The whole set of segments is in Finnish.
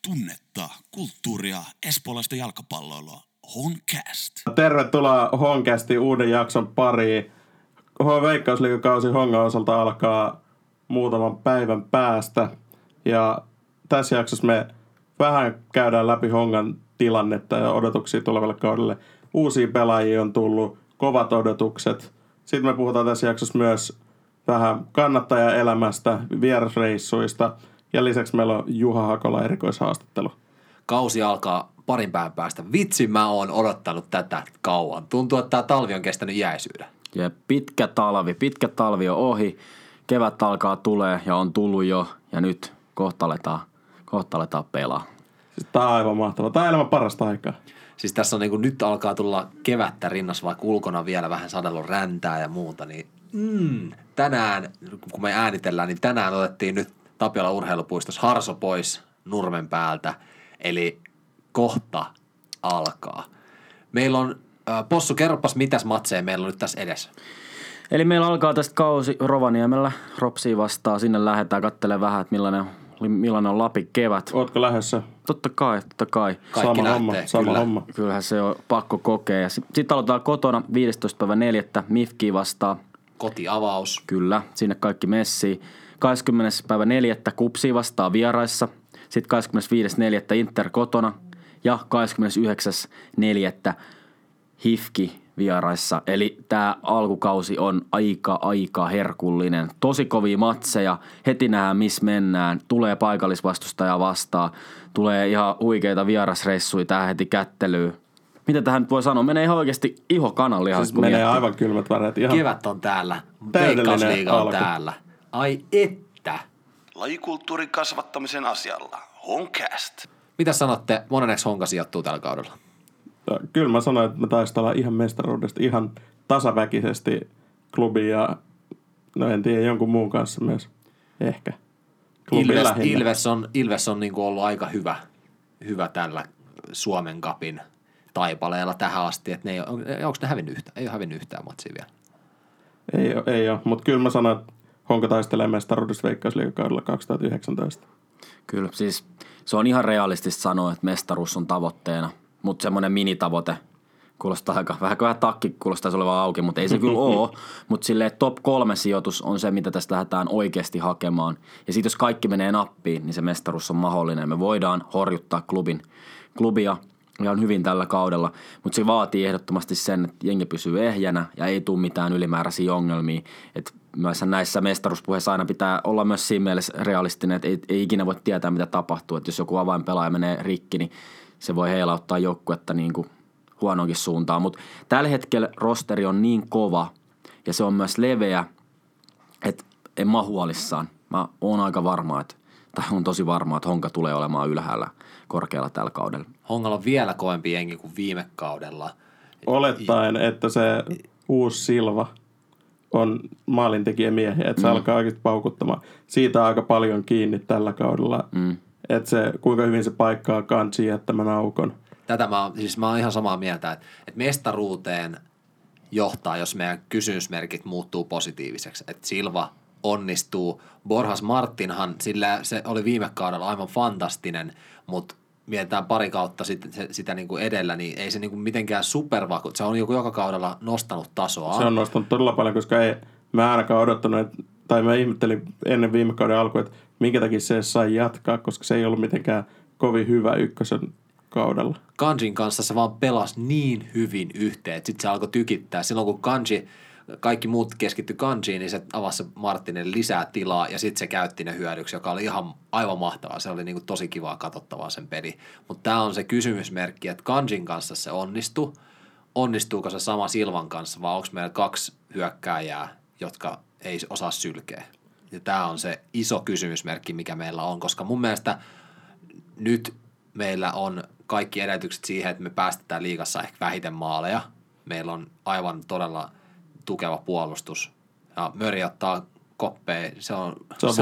tunnetta, kulttuuria, espoolaista jalkapalloilua. Honcast. Tervetuloa Honcastin uuden jakson pariin. Veikkausliigakausi Hongan osalta alkaa muutaman päivän päästä. Ja tässä jaksossa me vähän käydään läpi Hongan tilannetta ja odotuksia tulevalle kaudelle. Uusia pelaajia on tullut, kovat odotukset. Sitten me puhutaan tässä jaksossa myös vähän kannattajaelämästä, vierasreissuista ja lisäksi meillä on Juha Hakola erikoishaastattelu. Kausi alkaa parin päivän päästä. Vitsi, mä oon odottanut tätä kauan. Tuntuu, että tämä talvi on kestänyt iäisyyden. Ja pitkä talvi on ohi. Kevät alkaa tulee ja on tullut jo ja nyt kohta aletaan pelaa. Siis tää on aivan mahtavaa. Tää on elämän parasta aikaa. Siis tässä on niin kuin, nyt alkaa tulla kevättä rinnassa, vaikka ulkona vielä vähän sadellut räntää ja muuta, niin tänään, kun me äänitellään, niin tänään otettiin nyt Tapiola urheilupuistossa Harso pois Nurmen päältä, eli kohta alkaa. Meillä on, Possu, kerropas mitäs matseja meillä on nyt tässä edessä. Eli meillä alkaa tästä kausi Rovaniemellä. Ropsia vastaan, sinne lähdetään katselemaan vähän, että millainen on Lapin kevät. Ootko lähdössä? Totta kai. Kaikki lähtee, sama homma. Kyllähän se on pakko kokea. Sitten aloitetaan kotona 15.4. MIFKiä vastaan. Kotiavaus. Kyllä, sinne kaikki messiin. 20.4. Kupsia vastaan vieraissa. Sitten 25.4. Inter kotona. Ja 29.4. HIFKi vieraissa. Eli tämä alkukausi on aika herkullinen. Tosi kovia matseja. Heti nähdään, missä mennään. Tulee paikallisvastustajaa vastaan. Tulee ihan huikeita vierasreissuja tähän heti kättelyyn. Mitä tähän nyt voi sanoa? Menee ihan oikeasti iho kananlihaksi. Siis menee aivan kylmät väreet. Ihan Kevät on täällä. Veikkausliiga on täällä. Ai että. Lajikulttuurin kasvattamisen asialla. Honcast. Mitä sanotte, moneneksi Honka sijoittuu tällä kaudella? Kyllä mä sanoin, että me taistellaan ihan mestaruudesta ihan tasaväkisesti klubi ja no en tiedä jonkun muun kanssa myös ehkä. Ilves on niin kuin ollut aika hyvä tällä Suomen Cupin taipaleella tähän asti, että onko ne hävinnyt yhtään? Ei ole hävinnyt yhtään matsia vielä. Ei ole, mutta kyllä mä sanoin, että Honka taistelee mestaruudesta Veikkausliigakaudella 2019. Kyllä, siis se on ihan realistista sanoa, että mestaruus on tavoitteena, mutta semmoinen minitavoite kuulostaa vähän takki kuulostaisi olevan auki, mutta ei se kyllä ole. Mutta silleen top 3 sijoitus on se, mitä tästä lähdetään oikeasti hakemaan. Ja sitten jos kaikki menee nappiin, niin se mestaruus on mahdollinen. Me voidaan horjuttaa klubia ihan hyvin tällä kaudella, mutta se vaatii ehdottomasti sen, että jengi pysyy ehjänä ja ei tule mitään ylimääräisiä ongelmia. Että myös näissä mestaruuspuheissa aina pitää olla myös siinä mielessä realistinen, että ei ikinä voi tietää, mitä tapahtuu. Että jos joku avainpelaaja menee rikki, niin se voi heilauttaa joukkuetta niin kuin huonoonkin suuntaan. Mutta tällä hetkellä rosteri on niin kova ja se on myös leveä, että en mä huolissaan. Mä oon aika varma, on tosi varma, että Honka tulee olemaan ylhäällä korkealla tällä kaudella. Hongalla on vielä kovempi jengi kuin viime kaudella. Olettaen, että se uusi Silva on maalintekijämiehiä, että se alkaa oikeasti paukuttamaan. Siitä on aika paljon kiinni tällä kaudella, että se, kuinka hyvin se paikkaa Kanji jättämän aukon. Tätä mä oon ihan samaa mieltä, että mestaruuteen johtaa, jos meidän kysymysmerkit muuttuu positiiviseksi. Että Silva onnistuu. Borjas Martinhan, sillä se oli viime kaudella aivan fantastinen, mutta mietitään pari kautta sitä niin kuin edellä, niin ei se niin kuin mitenkään supervakuut. Se on joka kaudella nostanut tasoa. Se on nostanut todella paljon, koska ei mä ainakaan odottanut, tai mä ihmettelin ennen viime kauden alkua, että minkä takia se sai jatkaa, koska se ei ollut mitenkään kovin hyvä ykkösen kaudella. Kanjin kanssa se vaan pelasi niin hyvin yhteen, että sitten se alkoi tykittää. Silloin kun kaikki muut keskittyi Kanjiin, niin se avasi Martinen lisää tilaa ja sitten se käytti ne hyödyksi, joka oli aivan mahtavaa. Se oli niinku tosi kivaa katsottavaa sen peli. Mutta tämä on se kysymysmerkki, että Kanjin kanssa se onnistuu. Onnistuuko se sama Silvan kanssa vai onko meillä 2 hyökkääjää, jotka ei osaa sylkeä? Ja tämä on se iso kysymysmerkki, mikä meillä on, koska mun mielestä nyt meillä on kaikki edellytykset siihen, että me päästetään liigassa ehkä vähiten maaleja. Meillä on aivan todella tukeva puolustus. Ja Möri ottaa koppeja. Se on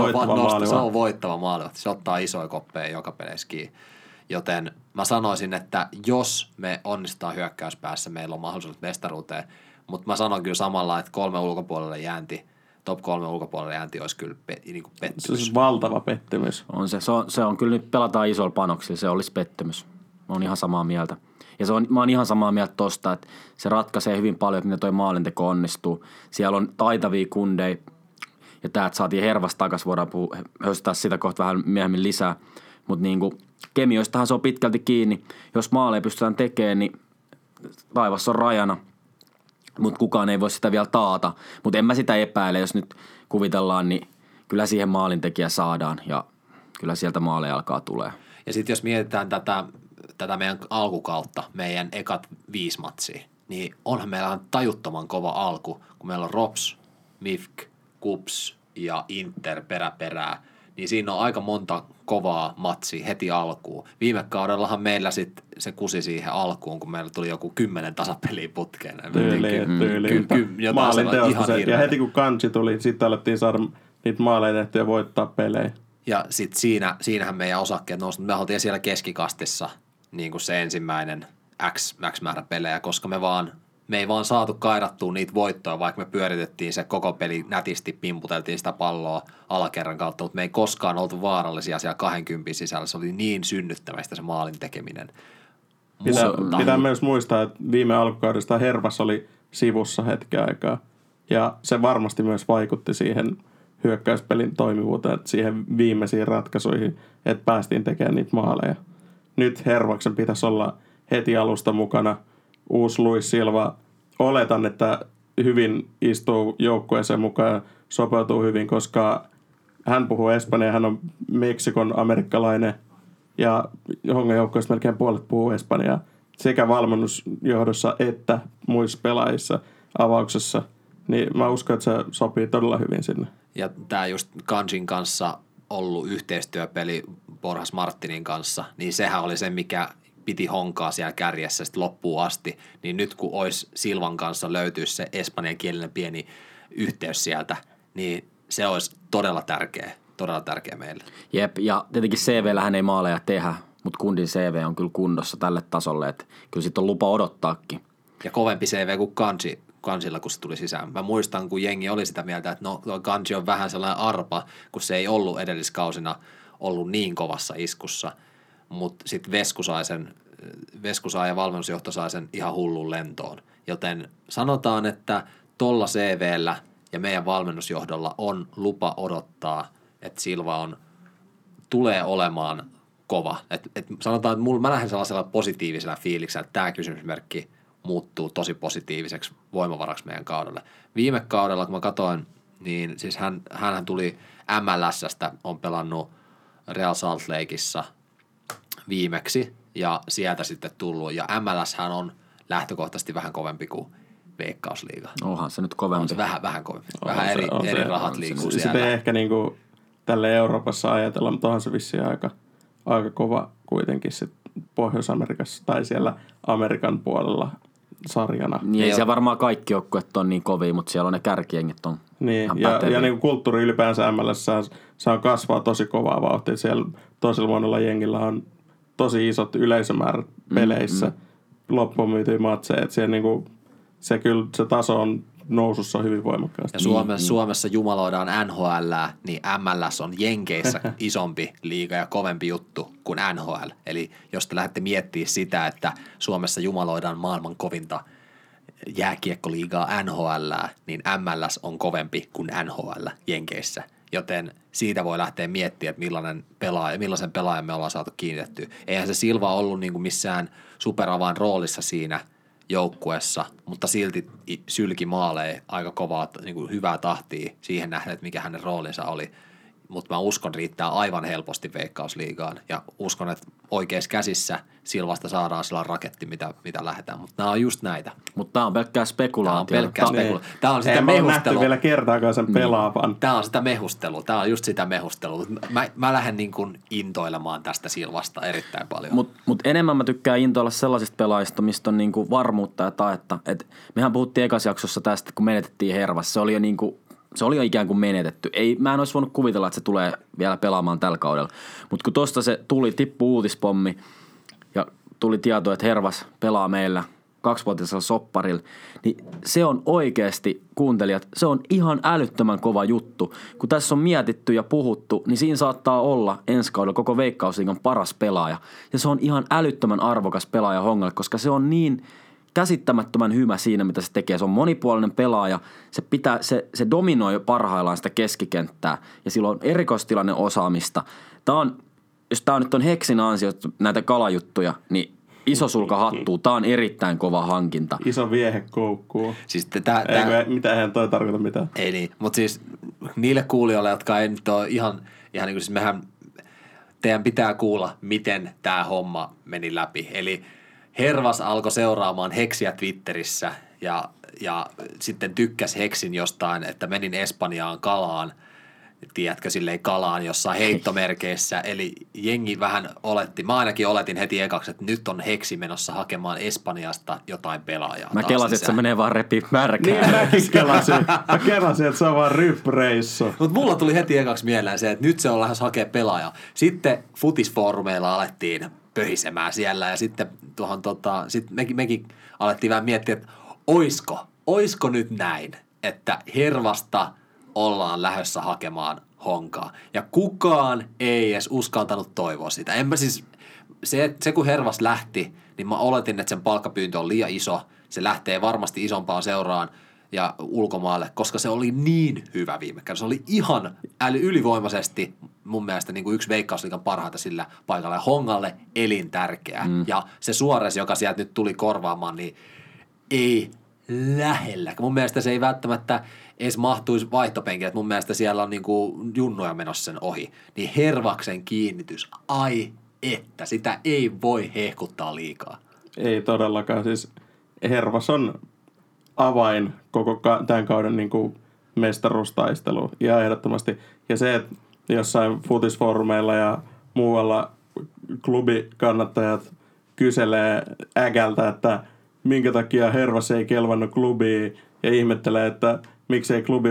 voittava maalivahti. Se ottaa isoja koppeja joka peleissä kiinni. Joten mä sanoisin, että jos me onnistutaan hyökkäyspäässä, meillä on mahdollisuudet mestaruuteen. Mutta mä sanon kyllä samalla, että 3 ulkopuolelle jäänti top 3 ulkopuolelle jäänti olisi kyllä niin kuin pettymys. Se olisi valtava pettymys. Se on kyllä nyt pelataan isolla panoksilla, se olisi pettymys. Mä oon ihan samaa mieltä. Ja mä oon ihan samaa mieltä tosta, että se ratkaisee hyvin paljon, että miten toi maalinteko onnistuu. Siellä on taitavia kundeja ja täältä saatiin Hervas takas, voidaan höstää sitä kohta vähän myöhemmin lisää. Mutta niinku, kemioistahan se on pitkälti kiinni. Jos maaleja pystytään tekemään, niin taivas on rajana. Mutta kukaan ei voi sitä vielä taata. Mutta en mä sitä epäile, jos nyt kuvitellaan, niin kyllä siihen maalintekijä saadaan ja kyllä sieltä maaleja alkaa tulee. Ja sitten jos mietitään tätä meidän alkukautta, meidän ekat 5 matsia, niin onhan meillä tajuttoman kova alku, kun meillä on Rops, MIFK, KuPS ja Inter perää, niin siinä on aika monta kovaa matsia heti alkuun. Viime kaudellahan meillä sitten se kusi siihen alkuun, kun meillä tuli joku 10 tasapeliä putkeen. Tyyliin. Ja heti kun kansi tuli, sitten alettiin saada niitä maaleja tehtyä ja voittaa pelejä. Ja sitten siinähän meidän osakkeet nousi. Me oltiin siellä keskikastissa niin kuin se ensimmäinen X määrä pelejä, koska me ei vaan saatu kairattua niitä voittoja, vaikka me pyöritettiin se koko peli nätisti, pimputeltiin sitä palloa alakerran kautta, mutta me ei koskaan oltu vaarallisia siellä 20 sisällä. Se oli niin synnyttävästä se maalin tekeminen. Pitää myös muistaa, että viime alkukaudesta Hervas oli sivussa hetken aikaa. Ja se varmasti myös vaikutti siihen hyökkäyspelin toimivuuteen, että siihen viimeisiin ratkaisuihin, että päästiin tekemään niitä maaleja. Nyt Hervaksen pitäisi olla heti alusta mukana. Uusi Luis Silva, oletan, että hyvin istuu joukkueeseen mukaan ja sopeutuu hyvin, koska hän puhuu espanjaa, hän on Meksikon amerikkalainen ja Hongan joukkueesta melkein puolet puhuu espanjaa sekä valmennusjohdossa että muissa pelaajissa avauksessa. Niin mä uskon, että se sopii todella hyvin sinne. Ja tämä just Kanjin kanssa ollut yhteistyöpeli Borjas Martinin kanssa, niin sehän oli se, mikä piti honkaa siellä kärjessä sitten loppuun asti. Niin nyt kun olisi Silvan kanssa löytyisi se espanjankielinen pieni yhteys sieltä, niin se olisi todella tärkeä meille. Jep, ja tietenkin CV:llähän ei maaleja tehdä, mutta kundin CV on kyllä kunnossa tälle tasolle, että kyllä sit on lupa odottaakin. Ja kovempi CV kuin Kansilla, kun se tuli sisään. Mä muistan, kun jengi oli sitä mieltä, että no tuo Kanji on vähän sellainen arpa, kun se ei ollut edelliskausina ollut niin kovassa iskussa, mutta sitten Vesku sai ja valmennusjohto sai sen ihan hullun lentoon. Joten sanotaan, että tolla CV:llä ja meidän valmennusjohdolla on lupa odottaa, että Silva tulee olemaan kova. Et sanotaan, että mä lähden sellaisella positiivisella fiiliksellä, että tämä kysymysmerkki muuttuu tosi positiiviseksi voimavaraksi meidän kaudelle. Viime kaudella, kun mä katsoin, niin siis hänhän tuli MLS:stä, on pelannut Real Salt Lakeissa viimeksi ja sieltä sitten tullut. Ja MLShän on lähtökohtaisesti vähän kovempi kuin Veikkausliiga. Onhan se nyt kovempi. On se vähän kovempi. Vähän eri rahat liikkuu siellä. Sitä ei ehkä niinku tälle Euroopassa ajatella, mutta onhan se vissiin aika kova kuitenkin sit Pohjois-Amerikassa tai siellä Amerikan puolella sarjana. Niin, ei siellä varmaan kaikki joukkueet on niin kovia, mutta siellä on ne kärkijengit on niin, ja niin kuin kulttuuri ylipäänsä MLS saa kasvaa tosi kovaa vauhtia. Siellä toisella monella jengillä on tosi isot yleisömäärät peleissä, loppuun myytyjä matseja. Että siellä niin kuin, se taso on nousussa hyvin voimakkaasti. Ja Suomessa jumaloidaan NHL:ää, niin MLS on Jenkeissä isompi liiga ja kovempi juttu kuin NHL. Eli jos te lähdette miettimään sitä, että Suomessa jumaloidaan maailman kovinta jääkiekkoliigaa NHL:ää, niin MLS on kovempi kuin NHL Jenkeissä. Joten siitä voi lähteä miettimään, että millaisen pelaajan me ollaan saatu kiinnitettyä. Eihän se Silva ollut niin kuin missään superavain roolissa siinä joukkuessa, mutta silti sylki maaleja aika kovaa, niin kuin hyvää tahtia siihen nähden, että mikä hänen roolinsa oli. Mutta mä uskon, riittää aivan helposti Veikkausliigaan ja uskon, että oikeissa käsissä Silvasta saadaan sellainen raketti, mitä lähdetään. Mutta nämä on just näitä. Mutta tämä on pelkkää spekulaatio. Tämä on sitä mehustelua. nähty vielä kertaakaan sen pelaavan. Tämä on sitä mehustelua. Tämä on just sitä mehustelua. Mä lähden niin kuin intoilemaan tästä Silvasta erittäin paljon. Mut enemmän mä tykkään intoilla sellaisista pelaajista, mistä on niinku varmuutta ja taetta. Et mehän puhuttiin ekas jaksossa tästä, kun menetettiin Hervas. Se oli jo ikään kuin menetetty. Mä en olisi voinut kuvitella, että se tulee vielä pelaamaan tällä kaudella. Mutta kun tosta se tippui uutispommi ja tuli tieto, että Hervas pelaa meillä 2-vuotisella sopparilla, niin se on oikeasti, kuuntelijat, se on ihan älyttömän kova juttu. Kun tässä on mietitty ja puhuttu, niin siinä saattaa olla ensi kaudella koko Veikkausliigan paras pelaaja. Ja se on ihan älyttömän arvokas pelaaja Hongalle, koska se on niin käsittämättömän hyvä siinä, mitä se tekee. Se on monipuolinen pelaaja, se dominoi parhaillaan sitä keskikenttää ja sillä on erikoistilanne osaamista. Jos tämä nyt on Heksin ansiosta näitä kalajuttuja, niin iso sulka hattuu. Tämä on erittäin kova hankinta. Iso viehe koukkuu. Siis Mitä eihän toi tarkoita mitään. Ei niin, mutta siis niille kuulijoille, jotka ei nyt ole ihan niin kuin siis teidän pitää kuulla, miten tämä homma meni läpi. Eli Hervas alkoi seuraamaan Heksiä Twitterissä ja sitten tykkäsi Heksin jostain, että menin Espanjaan kalaan. Tiedätkö, silleen kalaan jossain heittomerkeissä. Eli jengi vähän oletti, mä ainakin oletin heti ekaksi, että nyt on Heksi menossa hakemaan Espanjasta jotain pelaajaa. Mä kelasin, että se menee vaan repii märkää. Niin mäkin kelasin. Mä kelasin, että se on vaan ryppreissu. Mutta mulla tuli heti ekaksi mieleen se, että nyt se on lähes hakea pelaajaa. Sitten futisfoorumeilla alettiin pöhisemään siellä ja sitten mekin alettiin vähän miettiä, että oisko nyt näin, että Hervasta ollaan lähdössä hakemaan Honkaa. Ja kukaan ei edes uskaltanut toivoa sitä. Enpä siis, se kun Hervas lähti, niin mä oletin, että sen palkkapyyntö on liian iso. Se lähtee varmasti isompaan seuraan ja ulkomaalle, koska se oli niin hyvä viime kerralla. Se oli ihan ylivoimaisesti mun mielestä niin kuin yksi Veikkausliigan parhaita sillä paikalla. Ja Hongalle elintärkeä. Ja se Suores, joka sieltä nyt tuli korvaamaan, niin ei lähellä. Mun mielestä se ei välttämättä edes mahtuisi vaihtopenkille. Mun mielestä siellä on niin kuin junnoja menossa sen ohi. Niin Hervaksen kiinnitys, ai että, sitä ei voi hehkuttaa liikaa. Ei todellakaan. Siis Hervas on avain koko tämän kauden niin kuin mestaruustaisteluun. Ihan ehdottomasti. Ja se, että jossain futisfoorumeilla ja muualla klubikannattajat kyselee ägältä, että minkä takia Hervas ei kelvannut klubiin ja ihmettelee, että miksei klubi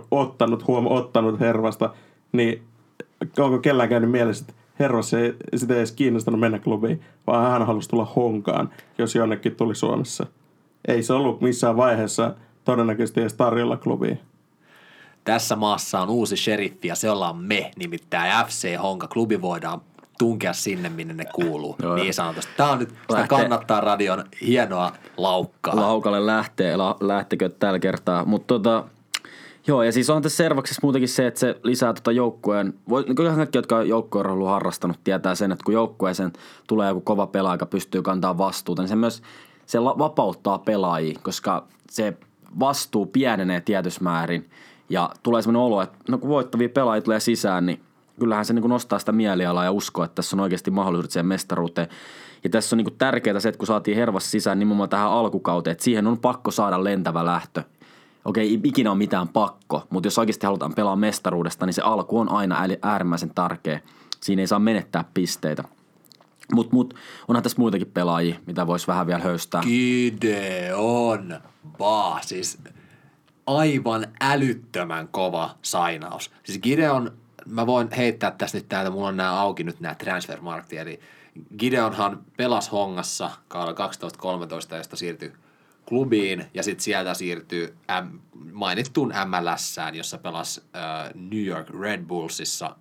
ottanut Hervasta, niin onko kellään käynyt mielessä, että Hervas ei sitä edes kiinnostanut mennä klubiin, vaan hän halusi tulla Honkaan, jos jonnekin tuli Suomessa. Ei se ollut missään vaiheessa todennäköisesti edes tarjolla klubiin. Tässä maassa on uusi sheriffi ja se ollaan me, nimittäin FC Honka. Klubi voidaan tunkea sinne, minne ne kuuluu. Niin sanotusti. Tämä on nyt sitä kannattaa radion hienoa laukkaa. Laukalle lähtekö tällä kertaa. Mutta joo, ja siis on tässä Servaksessa muutenkin se, että se lisää joukkueen, kyllähän kaikki, jotka on joukkueen ollut harrastanut, tietää sen, että kun joukkueeseen tulee joku kova pelaaja, joka pystyy kantaa vastuuta, niin se myös se vapauttaa pelaajia, koska se vastuu pienenee tietyssä määrin ja tulee sellainen olo, että no kun voittavia pelaajia tulee sisään, niin kyllähän se niin nostaa sitä mielialaa ja uskoo, että tässä on oikeasti mahdollisuudet siihen mestaruuteen. Ja tässä on niin tärkeää se, että kun saatiin Hervas sisään nimenomaan tähän alkukauteen, että siihen on pakko saada lentävä lähtö. Okei, ikinä on mitään pakko, mutta jos oikeasti halutaan pelaa mestaruudesta, niin se alku on aina äärimmäisen tärkeä. Siinä ei saa menettää pisteitä. Mut onhan tässä muitakin pelaajia, mitä voisi vähän vielä höystää. Gideon Bah, siis aivan älyttömän kova sainaus. Siis Gideon, mä voin heittää tässä nyt näitä, mulla on nämä auki nyt nämä transfermarktia, eli Gideonhan pelasi Hongassa kaudella 2013, josta siirtyi klubiin ja sitten sieltä siirtyy mainittuun MLS:ään, jossa pelasi New York Red Bullsissa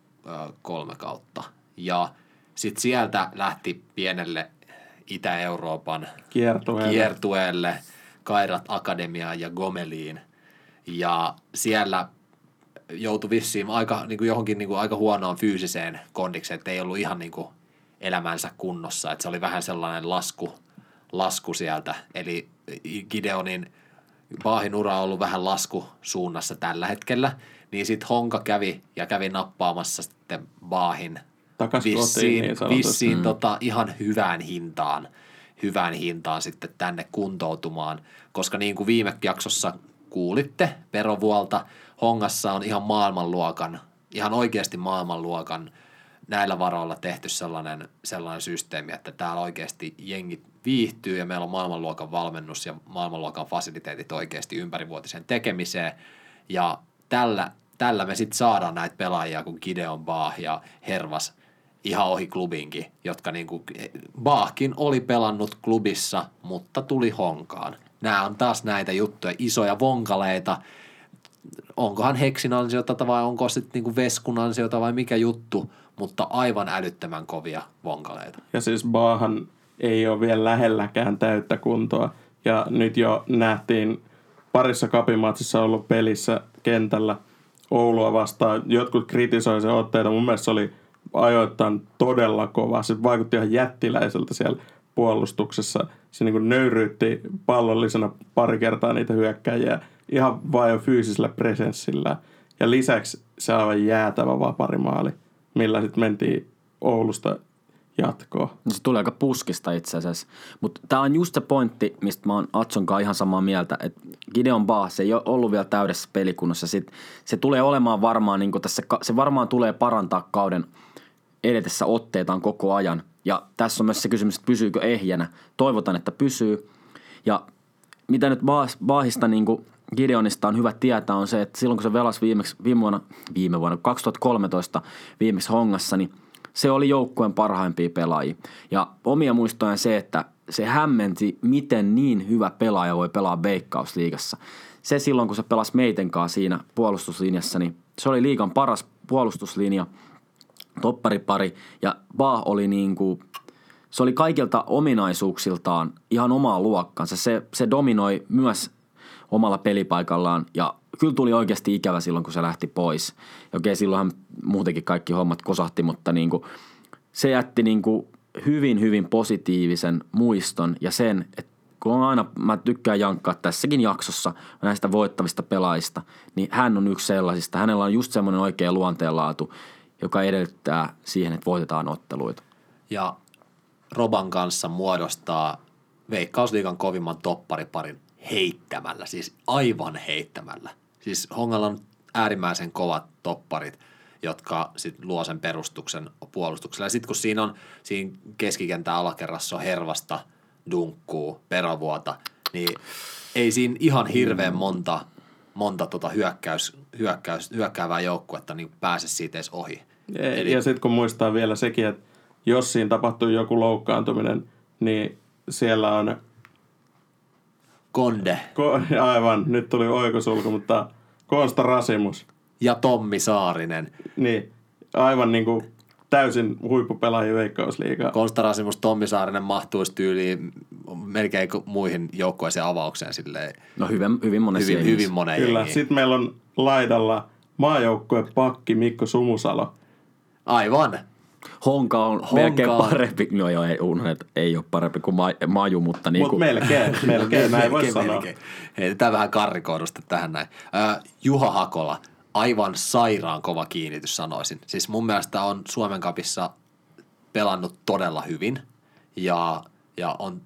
3 kautta. Ja sitten sieltä lähti pienelle Itä-Euroopan kiertueelle Kairat Akademiaan ja Gomeliin. Ja siellä joutui vissiin aika, niin kuin johonkin niin kuin aika huonoon fyysiseen kondikseen, että ei ollut ihan niin kuin elämänsä kunnossa. Että se oli vähän sellainen lasku sieltä. Eli Gideonin Bahin ura on ollut vähän laskusuunnassa tällä hetkellä. Niin sitten Honka kävi nappaamassa sitten Bahin vissiin ihan hyvään hintaan sitten tänne kuntoutumaan, koska niin kuin viime jaksossa kuulitte Perovuolta, Hongassa on ihan oikeasti maailmanluokan näillä varoilla tehty sellainen systeemi, että täällä oikeasti jengit viihtyy ja meillä on maailmanluokan valmennus ja maailmanluokan fasiliteetit oikeasti ympärivuotisen tekemiseen ja tällä me sitten saadaan näitä pelaajia kuin Gideon Bah ja Hervas ihan ohi klubinkin, jotka niinku, Baahkin oli pelannut klubissa, mutta tuli Honkaan. Nämä on taas näitä juttuja, isoja vonkaleita. Onkohan Heksin ansiota vai onko sitten niinku Veskun ansiota vai mikä juttu, mutta aivan älyttömän kovia vonkaleita. Ja siis Baahan ei ole vielä lähelläkään täyttä kuntoa. Ja nyt jo nähtiin parissa kapimatsissa ollut pelissä kentällä Oulua vastaan. Jotkut kritisoi sen otteita. Mun mielestä se oli ajoittain todella kova. Se vaikutti ihan jättiläiseltä siellä puolustuksessa. Se niin kuin nöyryytti pallollisena pari kertaa niitä hyökkäjiä ihan vain jo fyysisellä presenssillä. Ja lisäksi se aivan jäätävä vaparimaali, millä sitten mentiin Oulusta jatkoon. Se tuli aika puskista itse asiassa. Mutta tämä on just se pointti, mistä mä oon Atsonkaan ihan samaa mieltä, että Gideon Baah, se ei ole ollut vielä täydessä pelikunnossa. Se tulee olemaan varmaan, niin tässä, se varmaan tulee parantaa kauden edetessä otteitaan koko ajan. Ja tässä on myös se kysymys, että pysyykö ehjänä. Toivotaan, että pysyy. Ja mitä nyt Baahista niin kuin Gideonista on hyvä tietää on se, että silloin kun se velasi viime vuonna 2013 viimeksi Hongassa, niin se oli joukkueen parhaimpia pelaajia. Ja omia muistoja se, että se hämmenti, miten niin hyvä pelaaja voi pelaa Veikkausliigassa. Se silloin, kun se pelasi meidän kanssa siinä puolustuslinjassa, niin se oli liigan paras puolustuslinja, topparipari. Ja Baah oli niinku, se oli kaikilta ominaisuuksiltaan ihan omaa luokkansa. Se dominoi myös omalla pelipaikallaan ja kyllä tuli oikeasti ikävä silloin, kun se lähti pois. Okei, silloinhan muutenkin kaikki hommat kosahti, mutta niinku, se jätti niinku hyvin, hyvin positiivisen muiston ja sen, että kun on aina, mä tykkään jankkaa tässäkin jaksossa näistä voittavista pelaajista, niin hän on yksi sellaisista. Hänellä on just semmoinen oikea luonteenlaatu, joka edellyttää siihen, että voitetaan otteluita. Ja Roban kanssa muodostaa Veikkausliigan kovimman toppariparin heittämällä, siis aivan heittämällä. Siis Hongalla on äärimmäisen kovat topparit, jotka sit luo sen perustuksen puolustuksella. Ja sitten kun siinä keskikentän alakerrassa on Hervasta, Dunkkuu, Perävuota, niin ei siinä ihan hirveän monta hyökkäävää joukkuetta niin pääse siitä edes ohi. Ja sitten kun muistaa vielä sekin, että jos siinä tapahtuu joku loukkaantuminen, niin siellä on Konde. Aivan, nyt tuli oikosulku, mutta Konsta Rasimus. Ja Tommi Saarinen. Niin, aivan niin kuin täysin huippupelaajia Veikkausliigaa. Konsta Rasimus, Tommi Saarinen mahtuisi tyyliin melkein muihin joukkueeseen avaukseen silleen. No hyvin monessa hyvin monen Kyllä, jengiin. sitten meillä on laidalla maajoukkueen pakki Mikko Sumusalo. Aivan. Honka on melkein parempi, no joo, ei ole parempi kuin Maju, mutta niinku. Mutta melkein, näin voi sanoa. Heitetään vähän karrikoidusta tähän näin. Juha Hakola, aivan sairaan kova kiinnitys sanoisin. Siis mun mielestä on Suomen Cupissa pelannut todella hyvin ja on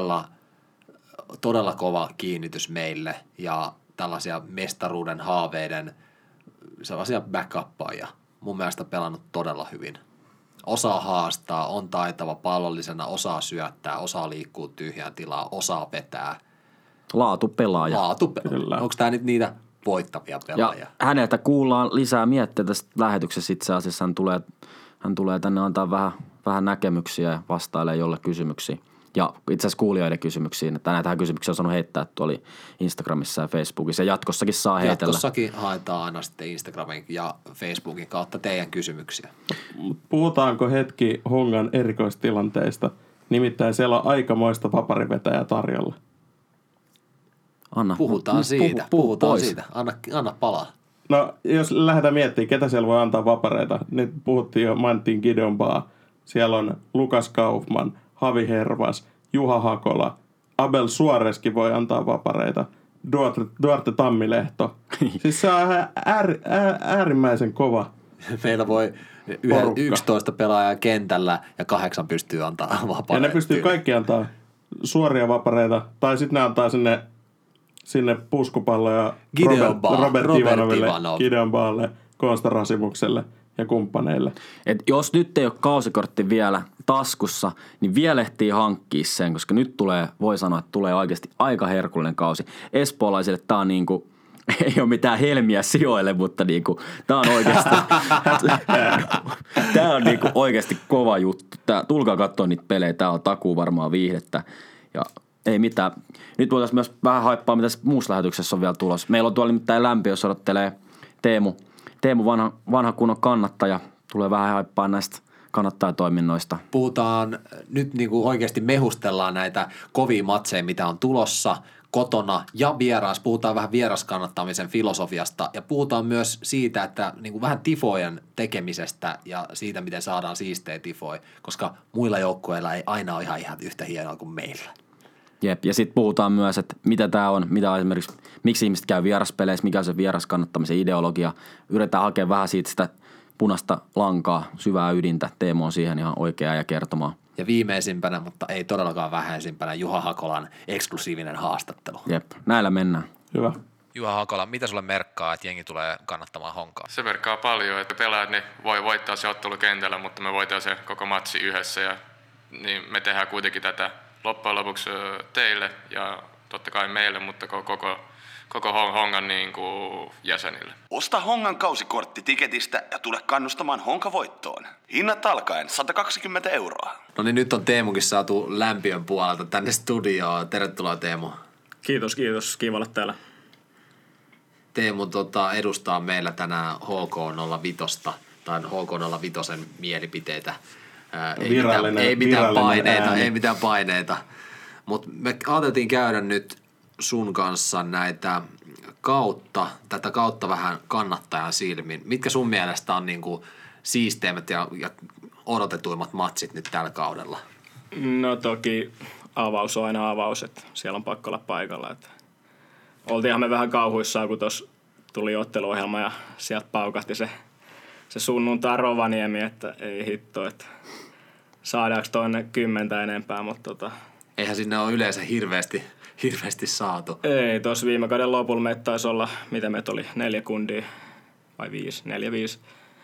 todella kova kiinnitys meille ja tällaisia mestaruuden haaveiden sellaisia backuppaajia. Mun mielestä pelannut todella hyvin. Osaa haastaa, on taitava pallollisena, osaa syöttää, osaa liikkua tyhjään tilaa, osaa vetää. Laatupelaaja. Kyllä. Onko tämä nyt niitä voittavia pelaajia? Ja häneltä kuullaan lisää mietteitä tästä lähetyksessä itse asiassa. Hän tulee tänne antaa vähän näkemyksiä ja vastailee jolle kysymyksiin. Ja itse asiassa kuulijoiden kysymyksiin. Että tähän kysymyksiä on saanut heittää tuolla Instagramissa ja Facebookissa. Ja jatkossakin saa heitellä. Jatkossakin haetaan aina sitten Instagramin ja Facebookin kautta teidän kysymyksiä. Puhutaanko hetki Hongan erikoistilanteista? Nimittäin siellä on aikamoista vaparivetäjää tarjolla. Puhutaan siitä. Anna palaa. No, jos lähdetään miettimään, ketä siellä voi antaa vapareita. Nyt mainittiin Gideon Baah. Siellä on Lukas Kaufman, Havi Hervas, Juha Hakola. Abel Suoreskin voi antaa vapareita. Duarte Tammilehto. Siis se on äärimmäisen kova. Meillä voi 11 pelaajaa kentällä ja 8 pystyy antaa vapareita. Ja ne pystyy kaikki antaa suoria vapareita. Tai sitten ne antaa sinne puskupalloja Robert Ivanoville, Gideon Baalle, Konsta Rasimukselle ja kumppaneille. Et jos nyt ei ole kausikortti vielä taskussa, niin vielä ehtii hankkia sen, koska nyt voi sanoa, että tulee oikeasti aika herkullinen kausi. Espoolaisille tämä on niinku ei ole mitään helmiä sijoille, mutta niinku, tää on oikeasti, tää on niinku oikeasti kova juttu. Tulkaa katsoa niitä pelejä, tää on takuu varmaan viihdettä. Ja ei mitään. Nyt voitaisiin myös vähän haippaa, mitä muussa lähetyksessä on vielä tulossa. Meillä on tuolla nimittäin lämpi, jos odottelee Teemu vanha kunnon kannattaja. Tulee vähän haippaa näistä kannattajatoiminnoista. Puhutaan nyt niin kuin oikeasti mehustellaan näitä kovia matseja, mitä on tulossa kotona ja vieras. Puhutaan vähän vieraskannattamisen filosofiasta ja puhutaan myös siitä, että niin kuin vähän tifojen tekemisestä ja siitä, miten saadaan siistejä tifoja, koska muilla joukkueilla ei aina ole ihan yhtä hienoa kuin meillä. Jep, ja sitten puhutaan myös, että mitä tämä on, mitä on esimerkiksi, miksi ihmiset käy vieraspeleissä, mikä on se vieraskannattamisen ideologia. Yritetään hakea vähän siitä sitä punaista lankaa, syvää ydintä. Teemu on siihen ihan oikea ja kertomaan. Ja viimeisimpänä, mutta ei todellakaan vähäisimpänä, Juha Hakolan eksklusiivinen haastattelu. Jep, näillä mennään. Hyvä. Juha Hakola, mitä sulle merkkaa, että jengi tulee kannattamaan Honkaa? Se merkkaa paljon, että pelaajat niin voi voittaa se ottelu kentällä, mutta me voidaan se koko matsi yhdessä ja niin me tehdään kuitenkin tätä loppujen lopuksi teille ja totta kai meille, mutta koko Hongan niin kuin jäsenille. Osta Hongan kausikortti tiketistä ja tule kannustamaan Honka-voittoon. Hinnat alkaen 120 €. No niin, nyt on Teemukin saatu lämpiön puolelta tänne studioon. Tervetuloa Teemu. Kiitos. Kiva olla täällä. Teemu edustaa meillä tänään HK05 tai HK05 mielipiteitä. Ei mitään paineita. Mutta me ajateltiin käydä nyt sun kanssa tätä kautta vähän kannattajan silmin. Mitkä sun mielestä on niinku siisteimmät ja odotetuimmat matsit nyt tällä kaudella? No toki avaus on aina avaus, että siellä on pakko olla paikalla. Että oltiinhan me vähän kauhuissaan, kun tuossa tuli otteluohjelma ja sieltä paukahti se sunnuntai Rovaniemi, että ei hitto, että saadaanko tonne 10 enempää, mutta Eihän sinne ole yleensä hirveästi saatu. Ei, tuossa viime kauden lopulla meitä taisi olla, mitä meitä oli, 4 kundia vai 4-5.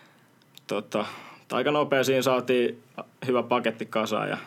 Aika nopea siinä saatiin hyvä paketti kasaan ja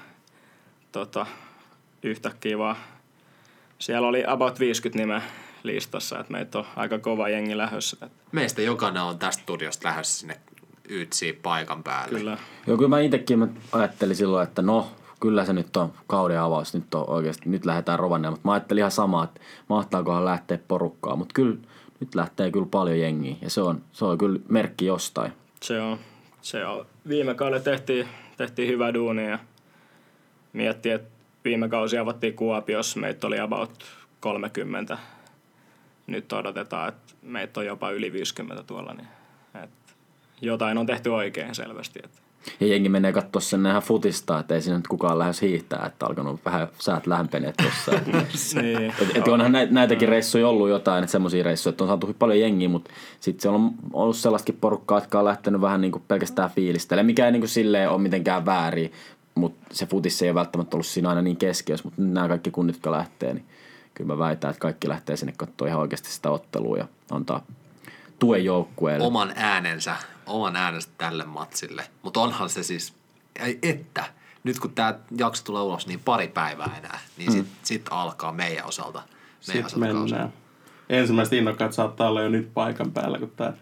yhtäkkiä vaan siellä oli about 50 nimeä listassa, että meitä on aika kova jengi lähdössä. Meistä jokainen on tästä studiosta lähdössä sinne Yytsiin paikan päälle. Kyllä. Joo, kyllä mä itsekin ajattelin silloin, että no, kyllä se nyt on kauden avaus, nyt on oikeasti, nyt lähdetään Rovaniemelle, mutta mä ajattelin ihan samaa, että mahtaakohan lähteä porukkaa, mutta kyllä nyt lähtee kyllä paljon jengiä ja se on kyllä merkki jostain. Se on. Viime kaudella tehtiin hyvä duuni ja miettii, että viime kausi avattiin Kuopiossa, meitä oli about 30. Nyt odotetaan, että meitä on jopa yli 50 tuolla, niin että jotain on tehty oikein selvästi. Että. Ja jengi menee katsoa sen ihan futista, että ei siinä nyt kukaan lähes hiihtää, että alkanut vähän säät lämpeneet jossain. Niin. Et onhan näitäkin reissuja ollut jotain, että semmoisia reissuja, että on saatu paljon jengiä, mutta sitten siellä on ollut sellaistakin porukkaa, jotka on lähtenyt vähän niin kuin pelkästään fiilistelemään, mikä ei niin kuin silleen ole mitenkään väärin, mutta se futissa ei ole välttämättä ollut siinä aina niin keskiössä, mutta nämä kaikki kunnit, jotka lähtee, niin kyllä mä väitän, että kaikki lähtee sinne katsoa ihan oikeasti sitä ottelua ja antaa tuen joukkueelle. Oman äänensä tälle matsille. Mutta onhan se siis, että nyt kun tämä jakso tulee ulos, niin pari päivää enää, niin sit alkaa meidän osalta. Sitten mennään. Ensimmäiset innokkaat saattaa olla jo nyt paikan päällä, kun tämä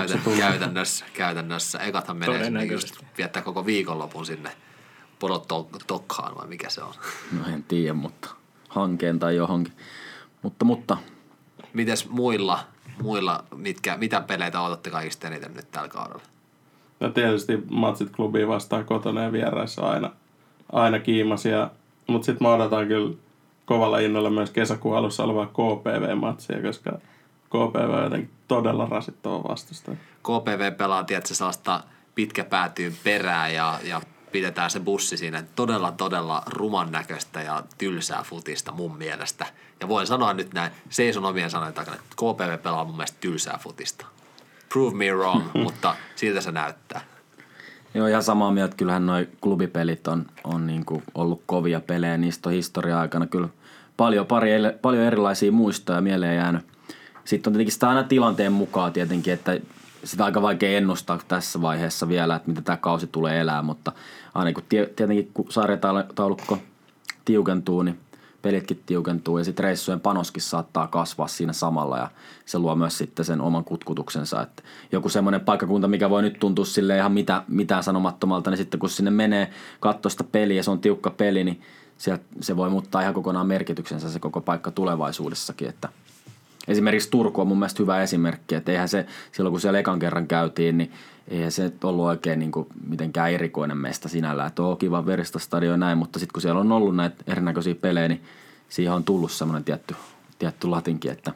Käytännössä. Ekathan menee sinne just viettää koko viikonlopun sinne Podotokkaan vai mikä se on. No en tiedä, mutta hankeen tai johonkin. Mutta. Mites muilla mitä peleitä odotatte kaikista eniten nyt tällä kaudella? No tietysti matsit klubiin vastaan kotona ja vieraissa aina kiimasia, mutta sitten mä odotan kyllä kovalla innolla myös kesäkuun alussa olevaa KPV-matsia, koska KPV on jotenkin todella rasittava vastustaja. KPV pelaa tietysti sellaista pitkäpäätyyn perää ja pidetään se bussi siinä todella ruman näköistä ja tylsää futista mun mielestä. Ja voin sanoa nyt näin, seison omien sanojen takana, että KPV pelaa mun mielestä tylsää futista. Prove me wrong, mutta siltä se näyttää. Joo, ihan samaa mieltä. Kyllähän noi klubipelit on niin kuin ollut kovia pelejä. Niistä on historia-aikana kyllä paljon erilaisia muistoja mieleen jäänyt. Sitten on tietenkin sitä aina tilanteen mukaan tietenkin, että sitä on aika vaikea ennustaa tässä vaiheessa vielä, että mitä tämä kausi tulee elää, mutta aina kun tietenkin kun sarjataulukko tiukentuu, niin pelitkin tiukentuu ja sitten reissujen panoskin saattaa kasvaa siinä samalla ja se luo myös sitten sen oman kutkutuksensa. Että joku semmoinen paikkakunta, mikä voi nyt tuntua sille ihan mitään sanomattomalta, niin sitten kun sinne menee katsoa sitä peliä ja se on tiukka peli, niin se voi muuttaa ihan kokonaan merkityksensä se koko paikka tulevaisuudessakin. Että esimerkiksi Turku on mun mielestä hyvä esimerkki, että eihän se silloin kun siellä ekan kerran käytiin, niin eihän se ollut oikein niin kuin mitenkään erikoinen mesta sinällään. Että on kiva Veristastadion ja näin, mutta sitten kun siellä on ollut näitä erinäköisiä pelejä, niin siihen on tullut semmoinen tietty latinki, että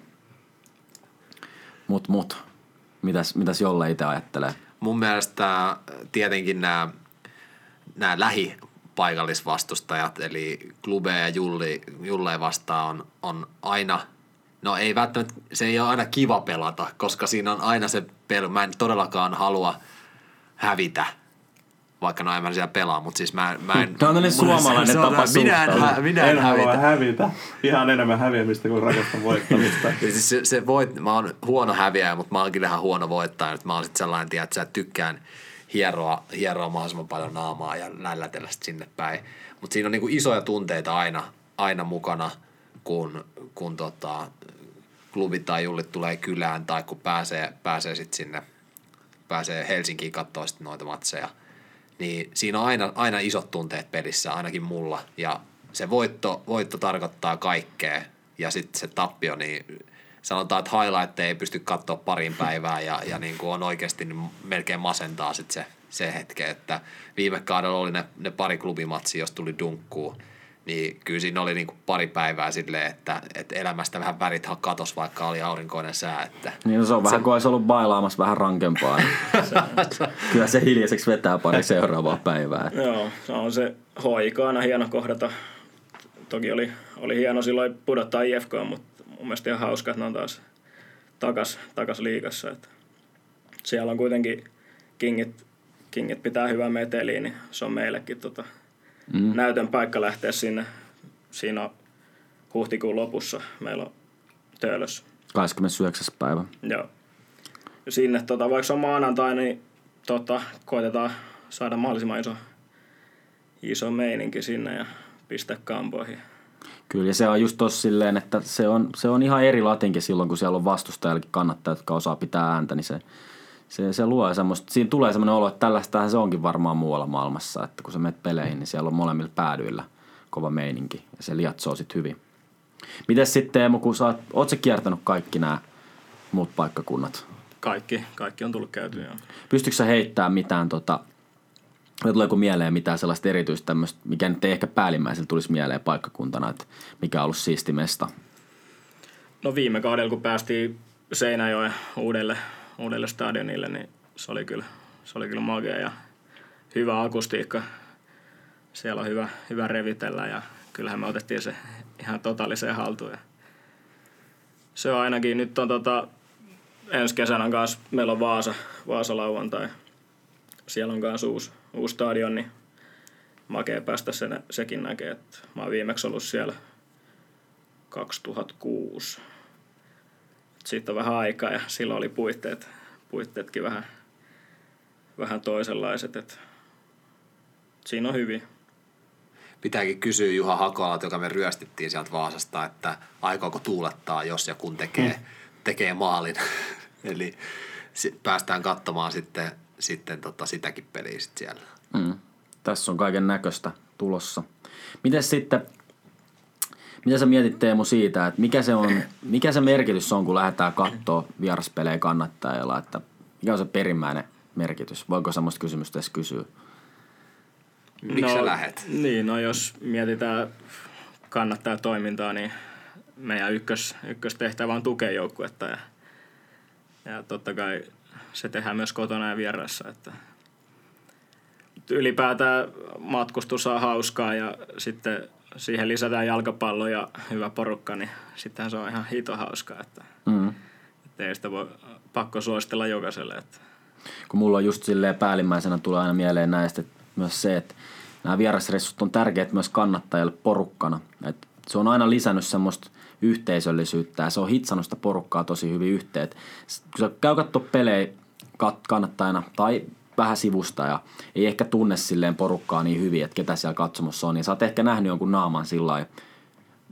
mitäs Jolle itse ajattelee? Mun mielestä tietenkin nämä lähipaikallisvastustajat, eli Klube ja Julle vastaan on aina, no ei välttämättä, se ei ole aina kiva pelata, koska siinä on aina se pelu. Mä en todellakaan halua hävitä, vaikka no en mä siellä pelaa, mutta siis mä en... Tämä on tämmöinen suomalainen tapa suhtautua. Minä en halua hävitä. Ihan enemmän häviämistä kuin rakastan voittamista. Siis mä oon huono häviäjä, mutta mä oon kyllä ihan huono voittaja. Mä oon sitten sellainen, että tykkään hieroa mahdollisimman paljon naamaa ja lällätellä sinne päin. Mutta siinä on niinku isoja tunteita aina mukana, kun klubi tai jullit tulee kylään tai kun pääsee sitten sinne, pääsee Helsinkiin katsoa sitten noita matseja. Niin siinä on aina isot tunteet pelissä, ainakin mulla. Ja se voitto tarkoittaa kaikkea. Ja sitten se tappio, niin sanotaan, että highlightteja ei pysty katsoa parin päivää. Ja niin kuin on oikeasti, niin melkein masentaa sitten se hetke. Että viime kaudella oli ne pari klubimatsia, jos tuli dunkkuu. Niin kyllä siinä oli niin kuin pari päivää silleen, että elämästä vähän värit katos, vaikka oli aurinkoinen sää. Että niin no se on vähän kuin olisi ollut bailaamassa vähän rankempaa. Kyllä se hiljaiseksi vetää pari seuraavaa päivää. Joo, se on se HIK aina hieno kohdata. Toki oli hieno silloin pudottaa IFK, mutta mun mielestä ihan hauska, että ne on taas takas liigassa. Että siellä on kuitenkin kingit pitää hyvää meteliä, niin se on meillekin näytön paikka lähteä sinne. Siinä on huhtikuun lopussa. Meillä on Töölössä. 29. päivä. Joo. Ja sinne, vaikka se on maanantai, niin koitetaan saada mahdollisimman iso meininki sinne ja pistää kampoihin. Kyllä, ja se on just tossa silleen, että se on ihan eri latinkin silloin, kun siellä on vastustajallakin kannattajat, jotka osaa pitää ääntä, niin se luo semmoista, siinä tulee semmoinen olo, että tällaistähän se onkin varmaan muualla maailmassa, että kun sä menet peleihin, niin siellä on molemmilla päädyillä kova meininki ja se liatsoo sit hyvin. Mites sitten Emu, kun oot sä kiertänyt kaikki nämä muut paikkakunnat? Kaikki on tullut käytyä. Pystytkö sä heittämään mitään, tuleeko mieleen mitään sellaista erityistä tämmöistä, mikä nyt ei ehkä päällimmäisellä tulisi mieleen paikkakuntana, että mikä on ollut siisti mesta? No viime kaudella, kun päästiin Seinäjoen uudelle stadionille, niin se oli kyllä magia ja hyvä akustiikka. Siellä on hyvä revitellä ja kyllähän me otettiin se ihan totaaliseen haltuun. Ja se on ainakin, nyt on ensi kesänä kanssa, meillä on Vaasa lauantai. Siellä on kanssa uusi stadion, niin makea päästä sekin näkee, että mä oon viimeksi ollut siellä 2006. Siitä on vähän aikaa ja silloin oli puitteetkin vähän toisenlaiset, että siinä on hyvin. Pitääkin kysyä Juha Hakolalta, joka me ryöstittiin sieltä Vaasasta, että aikooko tuulettaa, jos ja kun tekee maalin. Eli päästään katsomaan sitten sitäkin peliä sit siellä. Tässä on kaiken näköistä tulossa. Miten sitten, mitä sä mietit Teemu siitä, että mikä se merkitys on, kun lähdetään katsoa vieraspelejä kannattajilla, että mikä on se perimmäinen merkitys? Voiko semmoista kysymystä edes kysyä? Miksi sä lähet? Niin, no jos mietitään kannattajatoimintaa, niin meidän ykköstehtävä on tukea joukkuetta ja totta kai se tehdään myös kotona ja vieraassa, että ylipäätään matkustus on hauskaa ja sitten siihen lisätään jalkapallo ja hyvä porukka, niin sittenhän se on ihan hito hauskaa, että ei sitä voi pakko suositella jokaiselle. Että. Kun mulla on just silleen päällimmäisenä tulee aina mieleen näistä myös se, että nämä vierasreissut on tärkeät myös kannattajille porukkana. Että se on aina lisännyt semmoista yhteisöllisyyttä ja se on hitsannut sitä porukkaa tosi hyvin yhteen. Kun sä käy katsoa pelejä kannattajana tai vähän sivusta ja ei ehkä tunne silleen porukkaa niin hyvin, että ketä siellä katsomossa on, niin sä oot ehkä nähnyt jonkun naaman sillai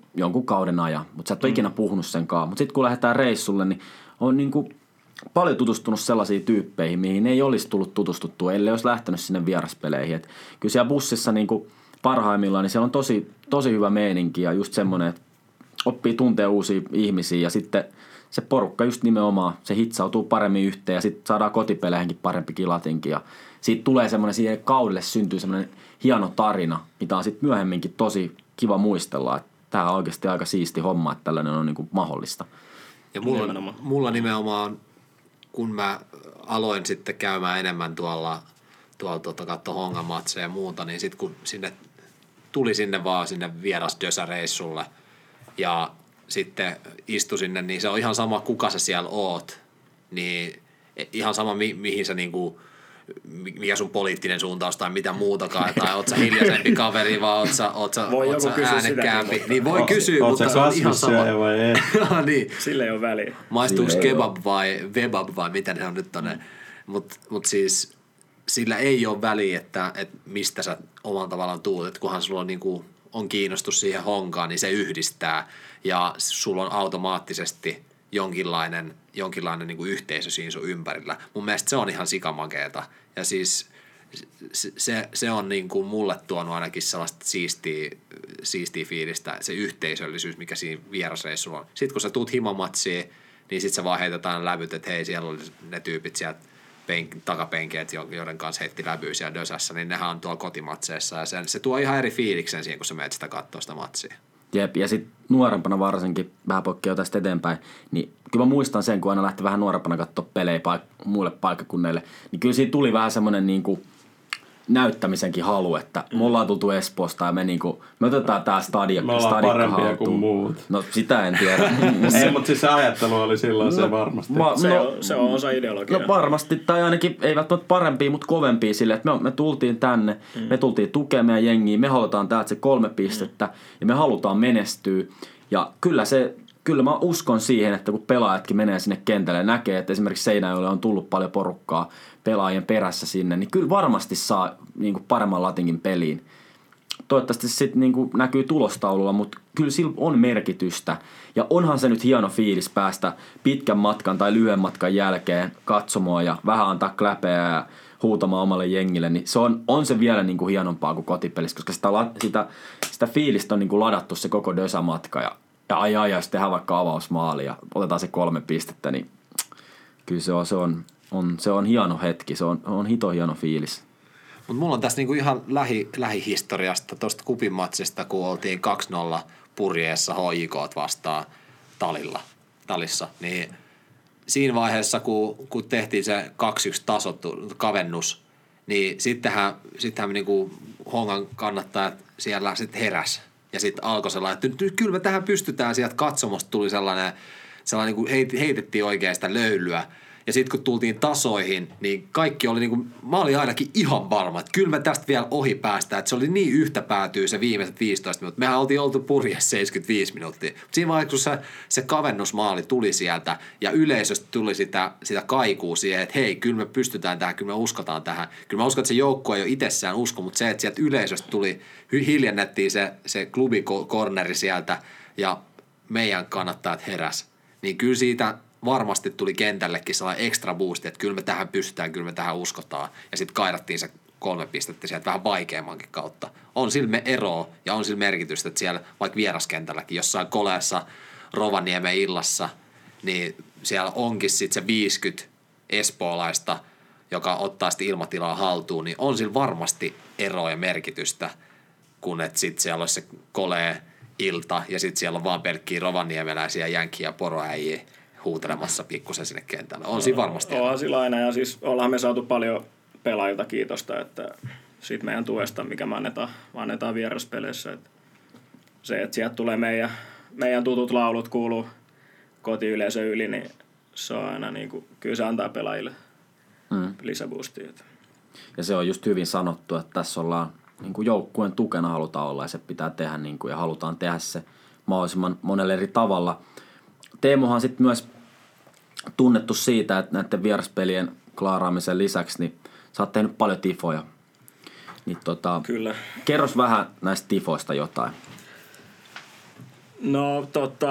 jonkun kauden ajan, mutta sä et ole ikinä puhunut senkaan. Mutta sitten kun lähdetään reissulle, niin on niinku paljon tutustunut sellaisiin tyyppeihin, mihin ei olisi tullut tutustuttua, ellei olisi lähtenyt sinne vieraspeleihin. Et kyllä siellä bussissa niinku parhaimmillaan, niin siellä on tosi hyvä meininki ja just semmoinen, että oppii tuntee uusia ihmisiä ja sitten se porukka just nimenomaan, se hitsautuu paremmin yhteen ja sitten saadaan kotipeleihinkin parempi kilatinki ja siitä tulee semmoinen, siihen kaudelle syntyy semmoinen hieno tarina, mitä on sitten myöhemminkin tosi kiva muistella, että tämä on oikeasti aika siisti homma, että tällainen on niinku mahdollista. Ja mulla nimenomaan, kun mä aloin sitten käymään enemmän tuolla katso hongamatseja ja muuta, niin sitten kun tuli sinne vierasdösäreissulle ja sitten istui sinne, niin se on ihan sama, kuka sä siellä oot. Niin ihan sama, mihin sä niinku, mikä sun poliittinen suuntaus tai mitä muutakaan, tai oot sä hiljaisempi kaveri, vai oot sä äänekkäämpi. Niin voi kysyä, mutta se on ihan sama. Vai ei? Niin. Sillä ei ole väliä. Maistuuko kebab vai webab vai mitä ne on nyt tonne. Mut siis sillä ei ole väliä, että mistä sä oman tavallaan tuut, että kunhan sulla on, niinku, on kiinnostus siihen honkaan, niin se yhdistää ja sulla on automaattisesti jonkinlainen niinku yhteisö siinä sun ympärillä. Mun mielestä se on ihan sikamakeeta ja siis se on niinku mulle tuonut ainakin sellaista siistiä fiilistä, se yhteisöllisyys, mikä siinä vierasreissulla on. Sitten kun sä tuut himamatsiin, niin sit sä vaan heitetään lävyt, että hei, siellä oli ne tyypit sieltä takapenkeet, joiden kanssa heitti läbyä siellä dösässä, niin nehän on tuolla kotimatseissa ja se tuo ihan eri fiiliksen siihen, kun sä menet sitä katsoa sitä matsia. Jep, ja sitten nuorempana varsinkin, vähän poikkeaa tästä eteenpäin, niin kyllä mä muistan sen, kun aina lähti vähän nuorempana katsoa pelejä muille paikkakunnille, niin kyllä siitä tuli vähän semmoinen niinku näyttämisenkin halu, että me ollaan tultu Espoosta ja me otetaan tää stadikka me ollaan parempia kuin muut. No sitä en tiedä. Ei, mutta siis se ajattelu oli silloin se varmasti. Se on osa ideologiaa. No varmasti, tai ainakin ei välttämättä parempia, mutta kovempia silleen, että me tultiin tänne, me tultiin tukemaan meidän jengiä, me halutaan täältä se 3 pistettä ja me halutaan menestyä. Ja kyllä mä uskon siihen, että kun pelaajatkin menee sinne kentälle ja näkee, että esimerkiksi Seinäjoelle on tullut paljon porukkaa pelaajien perässä sinne, niin kyllä varmasti saa niin kuin paremman latinkin peliin. Toivottavasti se sitten niin kuin näkyy tulostaululla, mutta kyllä sillä on merkitystä. Ja onhan se nyt hieno fiilis päästä pitkän matkan tai lyhyen matkan jälkeen katsomaan ja vähän antaa kläpeä ja huutamaan omalle jengille, niin se on se vielä niin kuin hienompaa kuin kotipelissä, koska sitä fiilistä on niin kuin ladattu se koko dösämatka ja jos tehdään vaikka avausmaali ja otetaan se 3 pistettä, niin kyllä se on hieno hetki, se on hito hieno fiilis. Mutta mulla on tässä niinku ihan lähihistoriasta tuosta kupinmatsista, kun oltiin 2-0 purjeessa HJK vastaan Talissa, niin siinä vaiheessa, kun tehtiin se 2-1 kavennus, niin sittenhän niinku Hongan kannattajat siellä sitten heräs. Ja sitten alkoi sellainen, että kyllä me tähän pystytään, sieltä katsomosta tuli sellainen niin kuin heitettiin oikein sitä löylyä. Ja sitten kun tultiin tasoihin, niin kaikki oli niin kuin, mä olin ainakin ihan varma, että kyllä me tästä vielä ohi päästään. Että se oli niin yhtä päätyy se viimeiset 15 minuuttia. Mehän oltiin oltu purjeessa 75 minuuttia. Mutta siinä vaiheessa, kun se kavennusmaali tuli sieltä ja yleisöstä tuli sitä kaikua siihen, että hei, kyllä me pystytään tähän, kyllä me uskotaan tähän. Kyllä mä uskon, että se joukkue ei ole itsessään usko, mutta se, että sieltä yleisöstä tuli, hiljennettiin se klubikorneri sieltä ja meidän kannattajat heräs. Niin kyllä siitä varmasti tuli kentällekin sellainen extra boosti, että kyllä me tähän pystytään, kyllä me tähän uskotaan. Ja sitten kairattiin se 3 pistettä sieltä vähän vaikeammankin kautta. On sillä eroa ja on sillä merkitystä, että siellä vaikka vieraskentälläkin jossain koleessa Rovaniemen illassa, niin siellä onkin sitten se 50 espoolaista, joka ottaa sitten ilmatilaa haltuun, niin on sillä varmasti eroa ja merkitystä, kun että sitten siellä olisi se kolee ilta ja sitten siellä on vaan pelkkiä rovaniemeläisiä jänkiä ja poroäjiä huutelemassa pikkusen sinne kentälle. On siinä varmasti. Onhan sillä aina ja siis ollaan me saatu paljon pelaajilta kiitosta, että siitä meidän tuesta, mikä me annetaan vieraspeleissä. Että se, että sieltä tulee meidän tutut laulut kuuluu kotiyleisön yli, niin se on aina niin kuin, kyllä se antaa pelaajille lisäboostia. Ja se on just hyvin sanottu, että tässä ollaan niin kuin joukkueen tukena halutaan olla ja se pitää tehdä niin kuin, ja halutaan tehdä se mahdollisimman monella eri tavalla. Teemohan sitten myös tunnettu siitä, että näiden vieraspelien klaaraamisen lisäksi niin sä oot tehnyt paljon tifoja. Niin Kyllä. Kerros vähän näistä tifoista jotain. No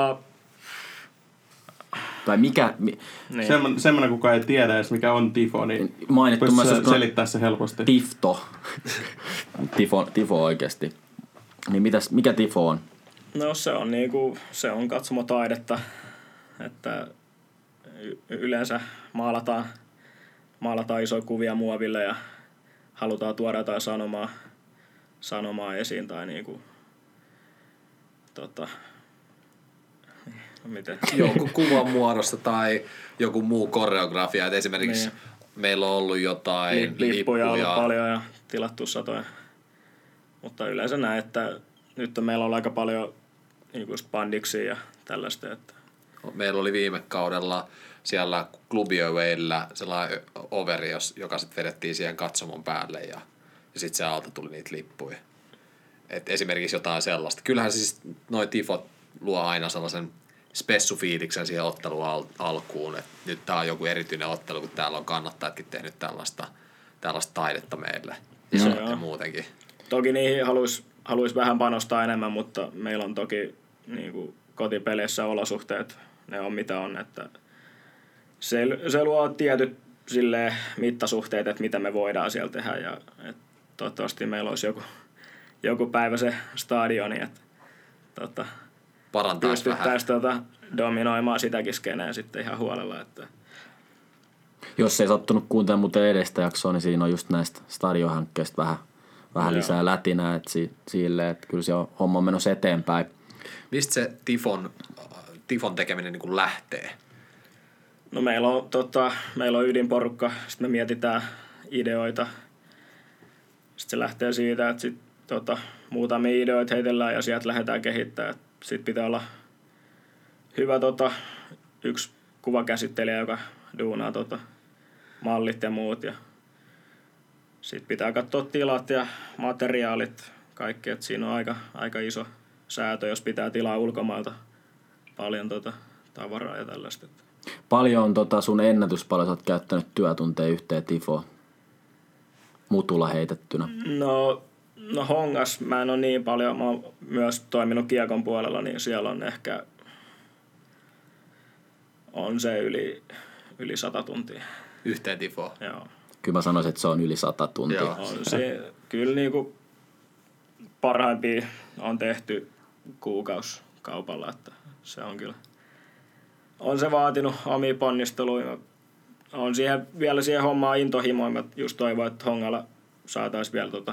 Tai mikä, niin. Semmoinen, kuka ei tiedä edes mikä on tifo, niin mainittu voisi myös selittää se helposti. Tifo oikeasti. Niin mikä tifo on? No se on katsomotaidetta, että yleensä maalataan isoja kuvia muoville ja halutaan tuoda jotain sanomaa esiin tai miten? Joku kuvan muodossa tai joku muu koreografia. Et esimerkiksi Niin. meillä on ollut jotain Lippuja on ollut paljon ja tilattu satoja. Mutta yleensä näin, että nyt on meillä on aika paljon just bandiksia ja tällaista. Että Meillä oli viime kaudella siellä klubiöveillä sellainen overi, joka sitten vedettiin siihen katsomon päälle ja sitten se alta tuli niitä lippuja. Et esimerkiksi jotain sellaista. Kyllähän siis noi tifot luo aina sellaisen spessufiiliksen siihen ottelun alkuun, että nyt tää on joku erityinen ottelu, kun täällä on kannattajatkin tehnyt tällaista taidetta meille ja muutenkin. toki niihin haluaisi vähän panostaa enemmän, mutta meillä on toki kotipeleissä olosuhteet, ne on mitä on, että se luo tietyt mittasuhteet, että mitä me voidaan siellä tehdä ja toivottavasti meillä olisi joku päivä se stadioni, että pystyttäisiin dominoimaan sitäkin skeneä sitten ihan huolella. Että Jos ei sattunut kuuntelemaan muuten edestä jaksoa, niin siinä on just näistä stadionhankkeista vähän lisää lätinää, että että kyllä se on homma menossa eteenpäin. Mistä se tifon tekeminen niin kuin lähtee? No meillä on ydinporukka, sitten me mietitään ideoita. Sitten se lähtee siitä, että muutamia ideoita heitellään ja sieltä lähdetään kehittämään. Sitten pitää olla hyvä yksi kuvakäsittelijä, joka duunaa mallit ja muut. Ja sitten pitää katsoa tilat ja materiaalit, kaikki. Et siinä on aika iso säätö, jos pitää tilaa ulkomailta paljon tavaraa ja tällaista. Paljon sun ennätyspaljo sä oot käyttänyt työtunteja yhteen tifoon mutulla heitettynä? No hongas mä en ole niin paljon. Mä oon myös toiminut kiekon puolella, niin siellä on ehkä se yli 100 tuntia. Yhteen tifoon? Joo. Kyllä mä sanoisin, että se on yli 100 tuntia. Joo. On se kyllä parhaimpia on tehty kuukausikaupalla, että se on kyllä. On se vaatinut omia ponnisteluja. On vielä siihen hommaan intohimoa. Mä just toivon, että Hongalla saataisiin vielä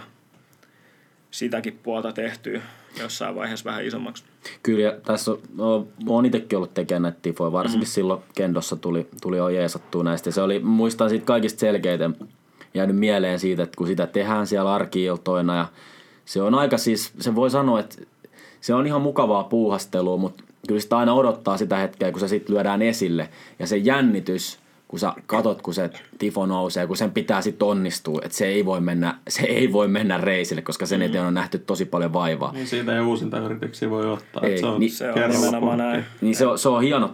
sitäkin puolta tehtyä jossain vaiheessa vähän isommaksi. Kyllä, ja tässä on itsekin ollut tekemään näitä tifoja. Varsinkin silloin Kendossa tuli jo jeesattua näistä. Ja se oli, muistan siitä kaikista selkeiten jäänyt mieleen siitä, että kun sitä tehdään siellä arki-iltoina. Ja se on aika siis, se voi sanoa, että se on ihan mukavaa puuhastelua, mutta kyllä sitä aina odottaa sitä hetkeä, kun se sitten lyödään esille. Ja se jännitys, kun sä katot, kun se tifo nousee, kun sen pitää sitten onnistua, että se ei voi mennä reisille, koska sen eteen on nähty tosi paljon vaivaa. Niin siitä ei uusinta yrityksiä voi ottaa. Ei, se on nimenomaan näin. Niin se on hieno,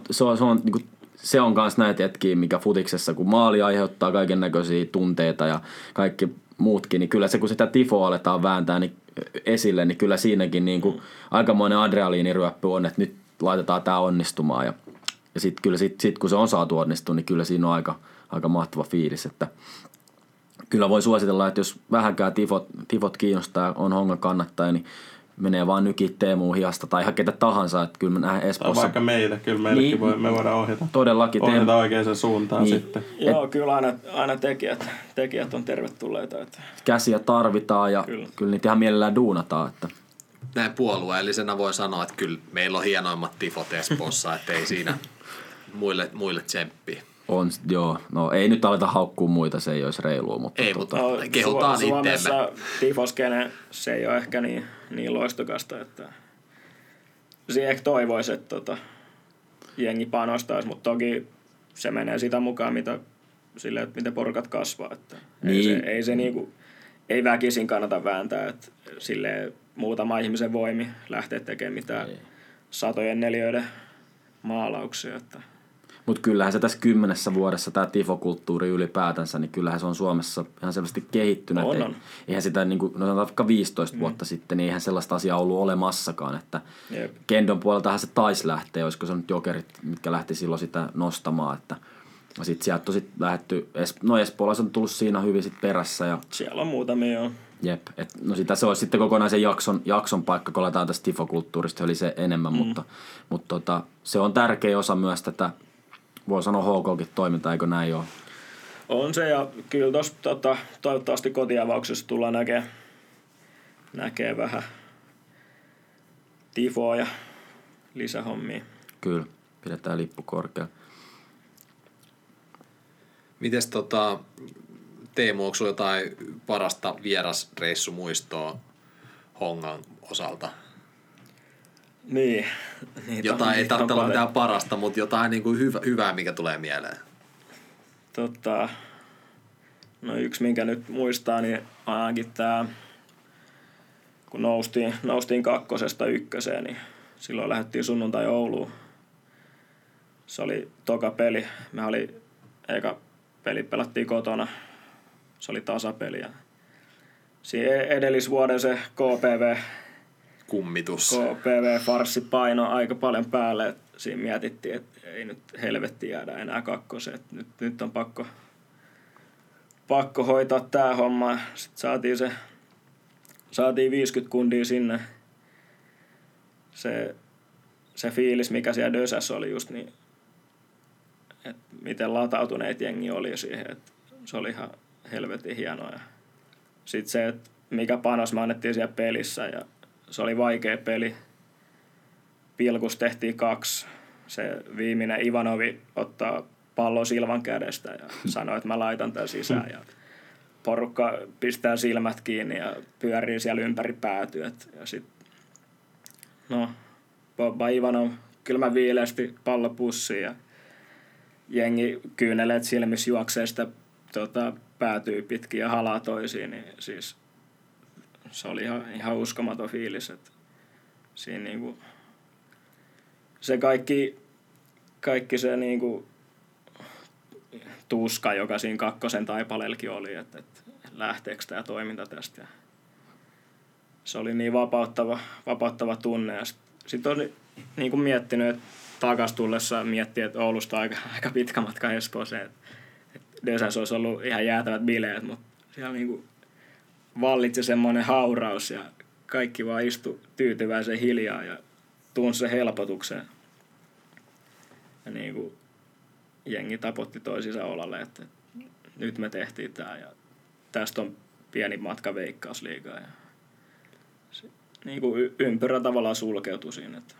se on kans näitä hetkiä, mikä futiksessa, kun maali aiheuttaa kaiken näköisiä tunteita ja kaikki muutkin, niin kyllä se, kun sitä tifoa aletaan vääntää niin esille, niin kyllä siinäkin aikamoinen adrenaliiniryöppy on, että nyt laitetaan tää onnistumaan ja sitten kun se on saatu onnistua, niin kyllä siinä on aika mahtava fiilis, että kyllä voi suositella, että jos vähänkään tifot kiinnostaa, on Hongan kannattaja, niin menee vaan nykit Teemuun hiasta tai ihan ketä tahansa, että kyllä me nähdään Espoossa. Tai vaikka meitä, kyllä meillekin me voidaan ohjata. Todellakin. Ohjata oikeaan suuntaan niin. sitten. Joo, kyllä aina tekijät on tervetulleita. Että käsiä tarvitaan ja kyllä niitä ihan mielellään duunataan, että näin puolueellisena voi sanoa, että kyllä meillä on hienoimmat tifot Espoossa, että ei siinä muille tsemppiä. On, joo. No ei nyt aleta haukkua muita, se ei olisi reilua, mutta ei, mutta kehutaan itteemme. Suomessa tifoskene, se ei ole ehkä niin loistokasta, että siihen ehkä toivoisi, että jengi panostaisi, mutta toki se menee sitä mukaan, että miten porukat kasvaa, että niin. ei väkisin kannata vääntää, että silleen muutama ihmisen voimi lähteä tekemään mitään satojen neliöiden maalauksia. Että Mutta kyllähän se tässä 10 vuodessa, tämä tifokulttuuri ylipäätänsä, niin kyllähän se on Suomessa ihan selvästi kehittynyt. Eihän sitä, niin kuin, no sanotaan vaikka 15 vuotta sitten, niin eihän sellaista asiaa ollut olemassakaan. Että kendon puoleltahan se taisi lähteä, olisiko se nyt Jokerit, mitkä lähti silloin sitä nostamaan. Että sitten sieltä on sitten lähdetty, no espoolaiset on tullut siinä hyvin sit perässä. Ja siellä on muutamia, joo. Jep, no sitä se olisi sitten kokonaisen jakson paikka, kun aletaan tästä tifokulttuurista, eli se enemmän, mutta se on tärkeä osa myös tätä, voi sanoa HK:kin toimintaa, eikö näin ole? On se, ja kyllä tuossa toivottavasti kotiavauksessa tullaan näkee vähän tifoa ja lisähommia. Kyllä, pidetään lippu korkealla. Mites Teemu, onko sulla jotain parasta vierasreissumuistoa Hongan osalta? Niin. Jotain ei tarvitse olla mitään parasta, mutta jotain niin kuin hyvää, mikä tulee mieleen. No yksi, minkä nyt muistaa, niin ainakin tämä, kun noustiin 2:sta 1:een, niin silloin lähdettiin sunnuntai Ouluun. Se oli toka peli. Eka peli pelattiin kotona. Se oli tasapeli. Ja siinä edellisvuoden se KPV-farssi paino aika paljon päälle. Et siinä mietittiin, että ei nyt helvetti jäädä enää 2:een. Nyt on pakko hoitaa tää homma. Sitten saatiin 50 kundia sinne. Se fiilis, mikä siellä Dösässä oli just niin, että miten latautuneet jengi oli siihen, että se oli ihan helvetin hienoa. Sitten se, että mikä panos me annettiin siellä pelissä, ja se oli vaikea peli. Pilkus tehtiin 2. Se viimeinen Ivanovi ottaa pallon Silvan kädestä ja sanoi, että mä laitan tämän sisään. Ja porukka pistää silmät kiinni ja pyörii siellä ympäri päätyä. Ja sitten, Bobba Ivanov kylmä viileästi pallo pussiin ja jengi kyyneleet silmissä juoksee sitä päätyy pitkin ja halaa toisiin, niin siis se oli ihan uskomaton fiilis, että siinä niinku se kaikki se niinku tuska, joka siinä 2. taipaleellakin oli, että lähteekö tämä toiminta tästä. Ja se oli niin vapauttava tunne. Ja sitten on niinku miettinyt, että takas tullessa miettii, että Oulusta on aika pitkä matka Espooseen. Dösässä olisi ollut ihan jäätävät bileet, mutta siellä niinku vallitsi semmoinen hauraus ja kaikki vaan istui tyytyväisen hiljaa ja tunsi sen helpotuksen. Ja niinku jengi tapotti toisiinsa olalle, että nyt me tehtiin tämä ja tästä on pieni matka Veikkausliigaan. Ja niinku ympyrä tavallaan sulkeutui siinä, että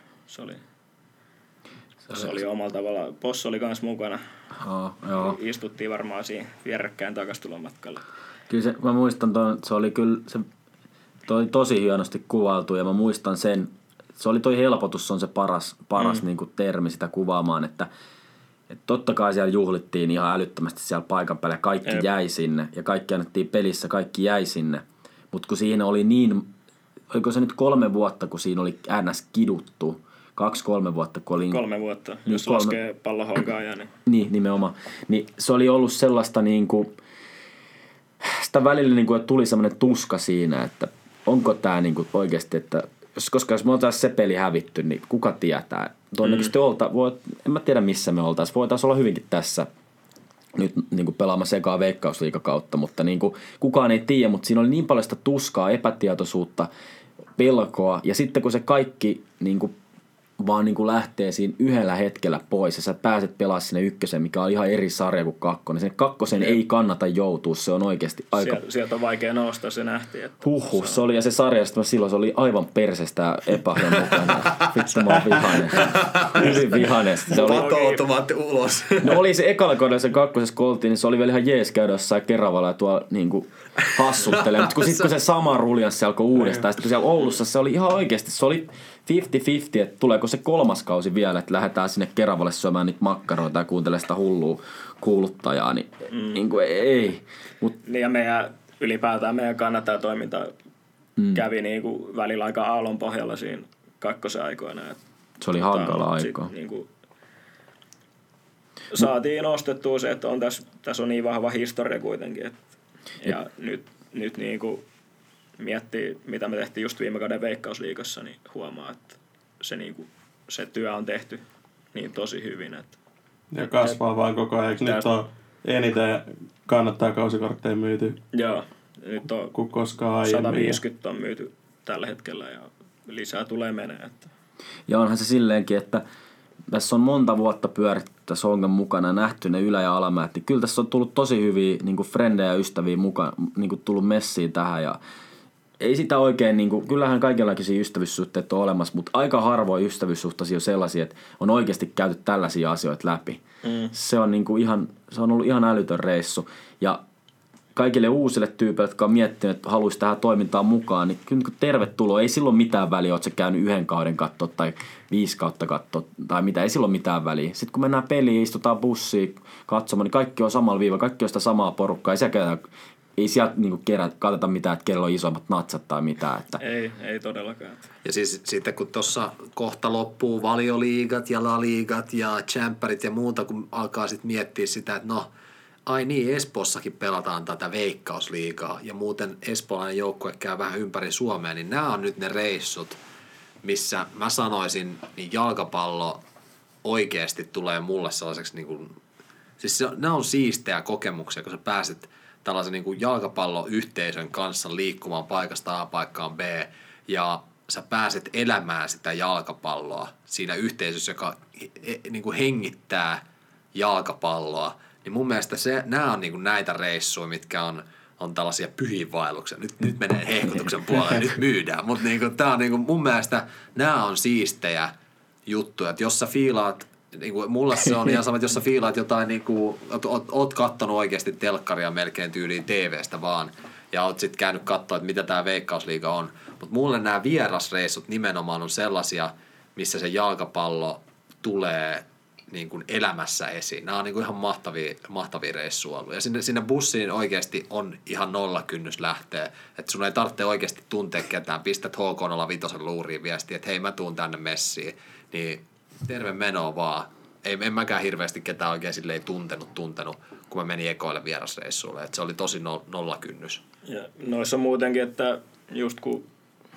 se oli omalla tavallaan. Possu oli kans mukana. Joo. Istuttiin varmaan siinä vierekkäin takastulon matkalla. Kyllä mä muistan se oli kyllä toi tosi hienosti kuvailtu ja mä muistan sen. Se oli toi helpotus, se on se paras niinku termi sitä kuvaamaan, että totta kai siellä juhlittiin ihan älyttömästi siellä paikan päällä. Kaikki jäi sinne ja kaikki annettiin pelissä, kaikki jäi sinne. Mutta kun siinä oli niin, oliko se nyt 3 vuotta, kun siinä oli NS kiduttu. 2-3 vuotta, kun oli 3 vuotta, jos laskee pallohonkaa ja niin, nimenomaan. Niin se oli ollut sellaista niinku, sitä välillä niinku, että tuli semmoinen tuska siinä, että onko tää niinku oikeasti, että koska jos me oltaisiin se peli hävitty, niin kuka tietää. Todennäköisesti en mä tiedä missä me oltaisiin. Voitaisiin olla hyvinkin tässä nyt niin kuin pelaamassa ekaa Veikkausliigakautta, mutta niin kuin, kukaan ei tiedä, mutta siinä oli niin paljon sitä tuskaa, epätietoisuutta, pelkoa ja sitten kun se kaikki niin kuin, vaan niin kuin lähtee siinä yhdellä hetkellä pois ja sä pääset pelaamaan sinne 1, mikä on ihan eri sarja kuin 2. Sen 2 ei kannata joutua, se on oikeasti aika... Sieltä on vaikea nousta, se nähtiin. Että se oli, ja se sarja, silloin se oli aivan persestä epähjön mukana. Vittu mä oon vihainen. Hyvin vihainen. Patoutuvat ulos. No oli se ekalla kaudella se 2. kun oltiin, niin se oli vielä ihan jees käydä jossain Keravalla ja tuolla niinku hassuttelemaan. Mutta kun se sama ruljanssi alkoi uudestaan, sitten kun siellä Oulussa se oli ihan oikeasti, se oli 50-50, että tuleeko se 3. kausi vielä, että lähdetään sinne Keravalle syömään niitä makkaroita ja kuuntelemaan sitä hullua kuuluttajaa, niin, niin kuin ei. Niin ja ylipäätään meidän kannattajatoiminta kävi niin kuin välillä aika aallon pohjalla siinä 2. aikoina. Se oli hankala aikaa. Niin kuin saatiin nostettua se, että tässä on niin vahva historia kuitenkin. Ja nyt niin kuin miettii, mitä me tehtiin just viime kauden Veikkausliigassa, niin huomaa, että se työ on tehty niin tosi hyvin. Että ja kasvaa vaan koko ajan. Nyt on eniten kannattaa kausikortteja myyty. Joo, nyt on kuin koskaan aiemmin. 150 on myyty tällä hetkellä ja lisää tulee menee. Että. Ja onhan se silleenkin, että tässä on monta vuotta pyöritty tässä Hongan mukana ja nähty ne ylä- ja alamäät. Kyllä tässä on tullut tosi hyviä niin kuin frendejä ja ystäviä mukaan, niin kuin tullut messiin tähän. Ja ei sitä oikein, niin kuin, kyllähän kaikenlaisia ystävyyssuhteet on olemassa, mutta aika harvoin ystävyyssuhteisia on sellaisia, että on oikeasti käyty tällaisia asioita läpi. Se on, niin kuin se on ollut ihan älytön reissu. Ja kaikille uusille tyypeille, jotka on miettinyt, että haluaisi tähän toimintaan mukaan, niin kyllä tervetuloa. Ei silloin mitään väliä, ootko sä käynyt 1 kauden katsoa tai 5 kautta katsoa tai mitä, ei silloin mitään väliä. Sitten kun mennään peliin, istutaan bussiin katsomaan, niin kaikki on samalla viivalla, kaikki on sitä samaa porukkaa. Ei sieltä niinku katsota mitään, että kello on isommat natsat tai mitään. Että. Ei todellakaan. Ja siis sitten kun tuossa kohta loppuu valioliigat ja laliigat ja tsemppärit ja muuta, kun alkaa sitten miettiä sitä, että no, ai niin, Espoossakin pelataan tätä Veikkausliigaa ja muuten espoolainen joukkue käy vähän ympäri Suomea, niin nämä on nyt ne reissut, missä mä sanoisin, niin jalkapallo oikeasti tulee mulle sellaiseksi, niin kuin, siis nämä on siistejä kokemuksia, kun sä pääset tällaisen niin kuin jalkapalloyhteisön kanssa liikkumaan paikasta A paikkaan B ja sä pääset elämään sitä jalkapalloa siinä yhteisössä, joka niin kuin hengittää jalkapalloa. Niin mun mielestä nämä on niinku näitä reissuja, mitkä on tällaisia pyhiinvaelluksia. Nyt menee hehkutuksen puolelle, nyt myydään. Mutta niinku, tää on niinku, mun mielestä nämä on siistejä juttuja. Että jos sä fiilaat, niinku, mulle se on ihan sama, että jos sä fiilaat jotain, niinku, oot kattonut oikeasti telkkaria melkein tyyliin TVstä vaan, ja oot sit käynyt katsoa, että mitä tää Veikkausliiga on. Mutta mulle nämä vierasreissut nimenomaan on sellaisia, missä se jalkapallo tulee niin kuin elämässä esiin. Nämä on niin kuin ihan mahtavia reissuja ollut. Ja sinne bussiin oikeasti on ihan nollakynnys lähteä. Että sun ei tarvitse oikeasti tuntea ketään. Pistät HK05 luuriin viestiä, että hei mä tuun tänne messiin. Niin terve menoa vaan. En mäkään hirveästi ketään oikein silleen tuntenut, kun mä menin ekoille vierasreissuille. Että se oli tosi nollakynnys. Ja noissa muutenkin, että just kun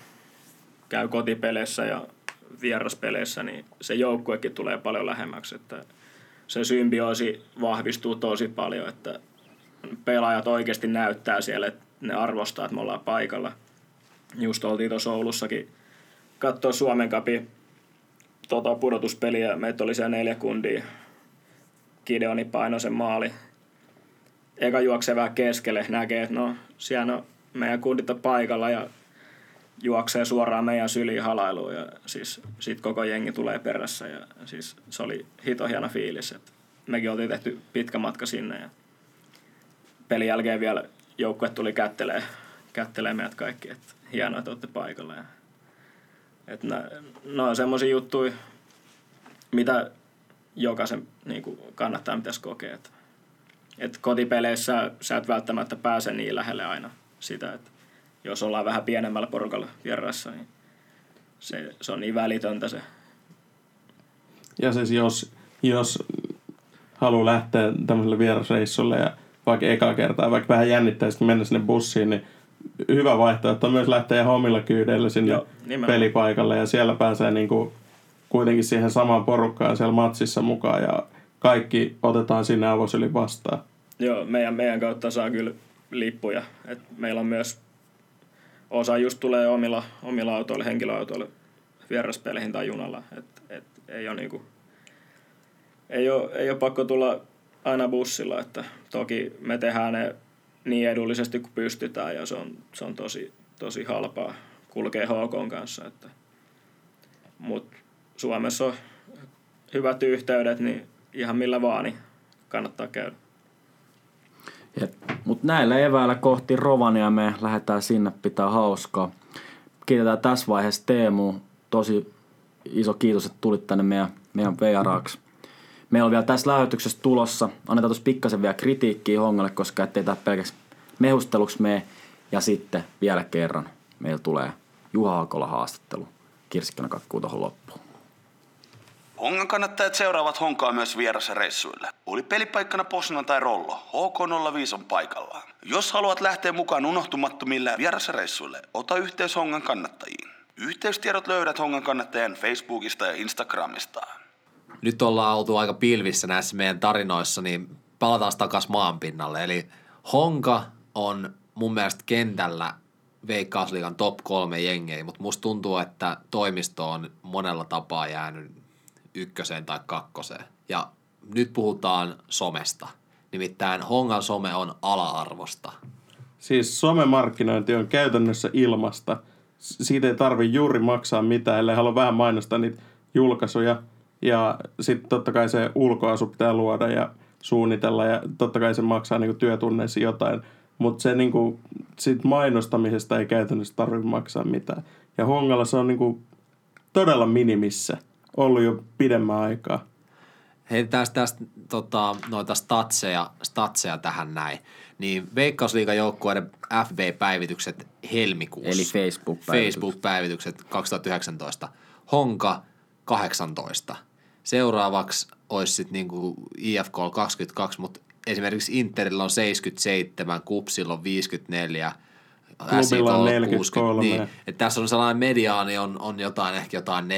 käy kotipeleissä ja vieraspeleissä, niin se joukkuekin tulee paljon lähemmäksi, että se symbioosi vahvistuu tosi paljon, että pelaajat oikeasti näyttää siellä, että ne arvostaa, että me ollaan paikalla. Just oltiin tuossa Oulussakin katsoa Suomen Cupin pudotuspeliä, meitä oli siellä 4 kundia. Gideoni painoi sen maali. Eka juoksee vähän keskelle, näkee, että no siellä on meidän kundit on paikalla ja juoksee suoraan meidän syliin halailuun ja siis sit koko jengi tulee perässä ja siis se oli hito hieno fiilis, että mekin oltiin tehty pitkä matka sinne ja pelin jälkeen vielä joukkue tuli kättelee meidät kaikki, että hienoa, että olette paikalla ja että ne on semmoisia juttuja, mitä jokaisen niin kuin kannattaa pitäisi kokea, että kotipeleissä sä et välttämättä pääse niin lähelle aina sitä, että jos ollaan vähän pienemmällä porukalla vieressä, niin se on niin välitöntä se. Ja siis jos haluaa lähteä tämmöiselle vierasreissulle ja vaikka eka kertaa, vaikka vähän jännittäisikin mennä sinne bussiin, niin hyvä vaihtoehto on myös lähteä ihan omilla kyydeillä sinne pelipaikalle ja siellä pääsee niinku kuitenkin siihen samaan porukkaan siellä matsissa mukaan ja kaikki otetaan sinne avosylin vastaan. Joo, meidän kautta saa kyllä lippuja. Et meillä on myös osa just tulee omilla autoilla, henkilöautoilla vieraspeleihin tai junalla. Et ei ole pakko tulla aina bussilla, että toki me tehdään ne niin edullisesti kuin pystytään ja se on tosi halpaa kulkee HK:n kanssa. Mutta Suomessa on hyvät yhteydet, niin ihan millä vaan niin kannattaa käydä. Mutta näillä eväillä kohti Rovania me lähdetään sinne pitää hauskaa. Kiitetään tässä vaiheessa Teemu. Tosi iso kiitos, että tulit tänne meidän vieraaksi. Meillä on vielä tässä lähetyksessä tulossa. Annetaan tuossa pikkasen vielä kritiikkiä Hongalle, koska ettei tämä pelkäksi mehusteluksi mene. Ja sitten vielä kerran meillä tulee Juha Hakola haastattelu. Kirsikkönä kakkuu tuohon loppuun. Hongan kannattajat seuraavat Honkaa myös vierasreissuille. Oli pelipaikkana Poznan tai Rollo, HK05 on paikallaan. Jos haluat lähteä mukaan unohtumattomille vierasreissuille, ota yhteys Hongan kannattajiin. Yhteystiedot löydät Hongan kannattajien Facebookista ja Instagramista. Nyt ollaan oltu aika pilvissä näissä meidän tarinoissa, niin palataan takaisin maanpinnalle. Eli Honka on mun mielestä kentällä Veikkausliigan top 3 jengejä, mutta musta tuntuu, että toimisto on monella tapaa jäänyt 1 tai 2. Ja nyt puhutaan somesta. Nimittäin Hongan some on ala-arvosta. Siis somemarkkinointi on käytännössä ilmasta. Siitä ei tarvi juuri maksaa mitään, ellei halua vähän mainostaa niitä julkaisuja. Ja sitten totta kai se ulkoasu pitää luoda ja suunnitella ja totta kai se maksaa niinku työtunneissa jotain. Mutta se niinku, siitä mainostamisesta ei käytännössä tarvitse maksaa mitään. Ja Hongalla se on niinku todella minimissä ollut jo pidemmän aikaa. Heitetään tästä noita statseja tähän näin. Niin Veikkausliigan joukkueiden FB-päivitykset helmikuussa. Eli Facebook-päivitykset 2019. Honka 18. Seuraavaksi olisi sitten niinku IFK 22, mutta esimerkiksi Interillä on 77, Kupsilla on 54, Klubilla on 43. Niin, että tässä on sellainen mediaani on ehkä jotain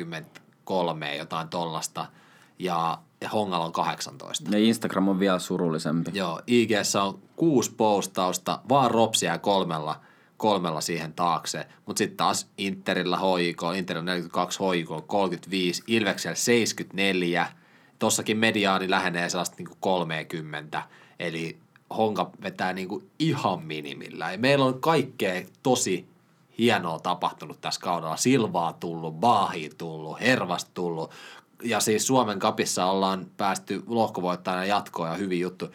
43, jotain tollasta, ja Hongalla on 18. Ja Instagram on vielä surullisempi. Joo, IG:ssä on 6 postausta, vaan Ropsia kolmella siihen taakse, mutta sitten taas Interillä Interillä 42, HJK 35, Ilveksellä 74, tossakin mediaani lähenee sellaista niinku 30, eli Honka vetää niinku ihan minimillä. Ja meillä on kaikkea tosi hienoa tapahtunut tässä kaudella. Silvaa tullut, Baahia tullut, Hervasta tullut, ja siis Suomen Cupissa ollaan päästy lohkovoittajana jatkoon ja hyvin juttu.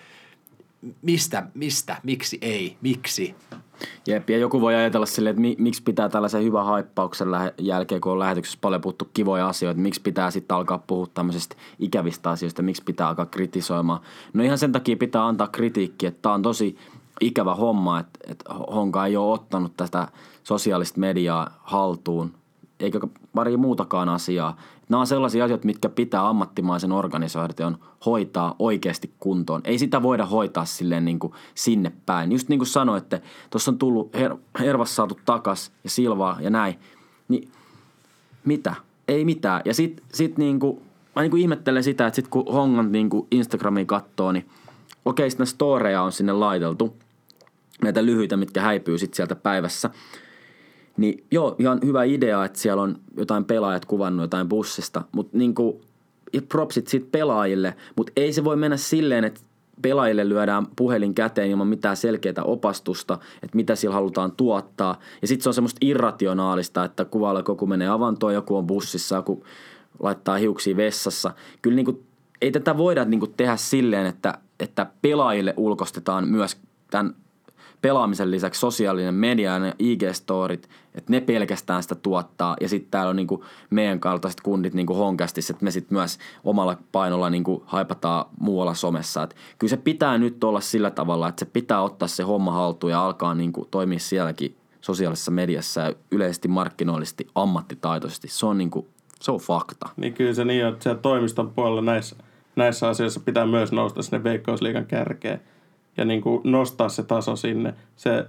Mistä? Miksi ei? Miksi? Jep, ja joku voi ajatella silleen, että miksi pitää tällaisen hyvän haippauksen jälkeen, kun on lähetyksessä paljon puhuttu kivoja asioita, miksi pitää sitten alkaa puhua tämmöisistä ikävistä asioista, miksi pitää alkaa kritisoimaan. No ihan sen takia pitää antaa kritiikkiä, että tämä on tosi ikävä homma, että Honka ei ole ottanut tästä sosiaalista mediaa haltuun, eikä pari muutakaan asiaa. Nämä on sellaisia asioita, mitkä pitää ammattimaisen organisaation hoitaa oikeasti kuntoon. Ei sitä voida hoitaa silleen niin kuin sinne päin. Just niin kuin sanoitte, tuossa on tullut Hervas saatu takas ja Silvaa ja näin. Niin mitä? Ei mitään. Ja sit niin kuin, mä niin kuin ihmettelen sitä, että sit kun Hongan niin kuin Instagramiin katsoo, niin okei, sitten storeja on sinne laiteltu. Näitä lyhyitä, mitkä häipyy sitten sieltä päivässä. Niin joo, ihan hyvä idea, että siellä on jotain pelaajat kuvannut jotain bussista, mutta niinku, propsit siitä pelaajille, mutta ei se voi mennä silleen, että pelaajille lyödään puhelin käteen ilman mitään selkeää opastusta, että mitä sillä halutaan tuottaa. Ja sitten se on semmoista irrationaalista, että kuvailla joku menee avantoon, joku on bussissa, joku laittaa hiuksia vessassa. Kyllä niinku, ei tätä voida niinku tehdä silleen, että pelaajille ulkostetaan myös tämän pelaamisen lisäksi sosiaalinen media ja IG-storit, että ne pelkästään sitä tuottaa. Ja sitten täällä on niinku meidän kaltaiset kundit niinku Honkastissa, että me sitten myös omalla painolla niinku haipataan muualla somessa. Et kyllä se pitää nyt olla sillä tavalla, että se pitää ottaa se homma haltuun ja alkaa niinku toimia sielläkin sosiaalisessa mediassa ja yleisesti markkinoillisesti, ammattitaitoisesti. Se on fakta. Niin kyllä se niin on, että siellä toimiston puolella näissä asioissa pitää myös nousta sinne Veikkausliigan kärkeen. Ja niin kuin nostaa se taso sinne. Se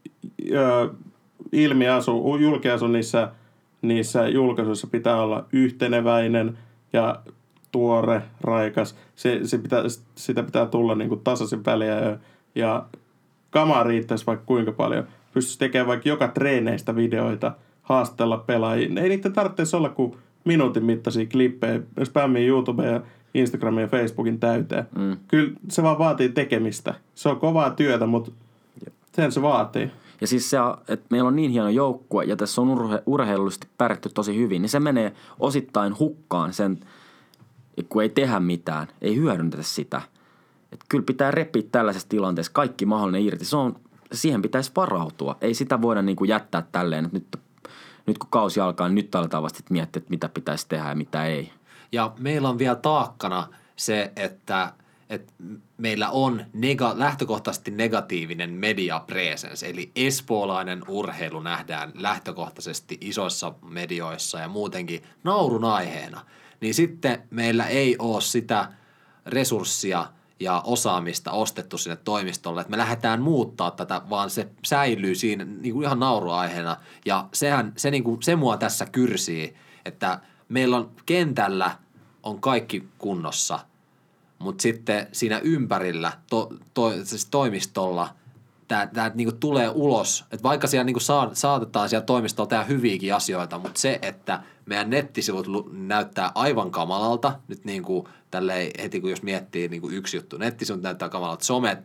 julkiasu niissä julkaisuissa pitää olla yhteneväinen ja tuore, raikas. Sitä pitää tulla niin kuin tasaisin väliä ja kamaa riittäisi vaikka kuinka paljon. Pystyisi tekemään vaikka joka treeneistä videoita, haastella pelaajia. Ei niitä tarvitsisi olla kuin minuutin mittaisia klippejä, spämmiä YouTubeen ja Instagramin ja Facebookin täyteen. Kyllä se vaan vaatii tekemistä. Se on kovaa työtä, mutta sen se vaatii. Ja siis se, että meillä on niin hieno joukkue ja tässä on urheilullisesti pärjätty tosi hyvin, niin se menee osittain hukkaan sen, kun ei tehdä mitään, ei hyödynnetä sitä. Että kyllä pitää repiä tällaisessa tilanteessa kaikki mahdollinen irti. Siihen pitäisi varautua. Ei sitä voida niin kuin jättää tälleen, että nyt kun kausi alkaa, niin nyt aletaan vasta miettiä, että mitä pitäisi tehdä ja mitä ei. Ja meillä on vielä taakkana se, että että meillä on lähtökohtaisesti negatiivinen media presence, eli espoolainen urheilu nähdään lähtökohtaisesti isoissa medioissa ja muutenkin naurun aiheena, niin sitten meillä ei ole sitä resurssia ja osaamista ostettu sinne toimistolle, että me lähdetään muuttaa tätä, vaan se säilyy siinä niin kuin ihan nauruaiheena. Ja se mua tässä kyrsii, että meillä on kentällä on kaikki kunnossa, mutta sitten siinä ympärillä siis toimistolla tämä niinku tulee ulos, että vaikka siellä niinku saatetaan siellä toimistolla tehdä hyviäkin asioita, mutta se, että meidän nettisivut näyttää aivan kamalalta, nyt niinku tälleen heti kun jos miettii niinku yksi juttu, nettisivut näyttää kamalalta, somet,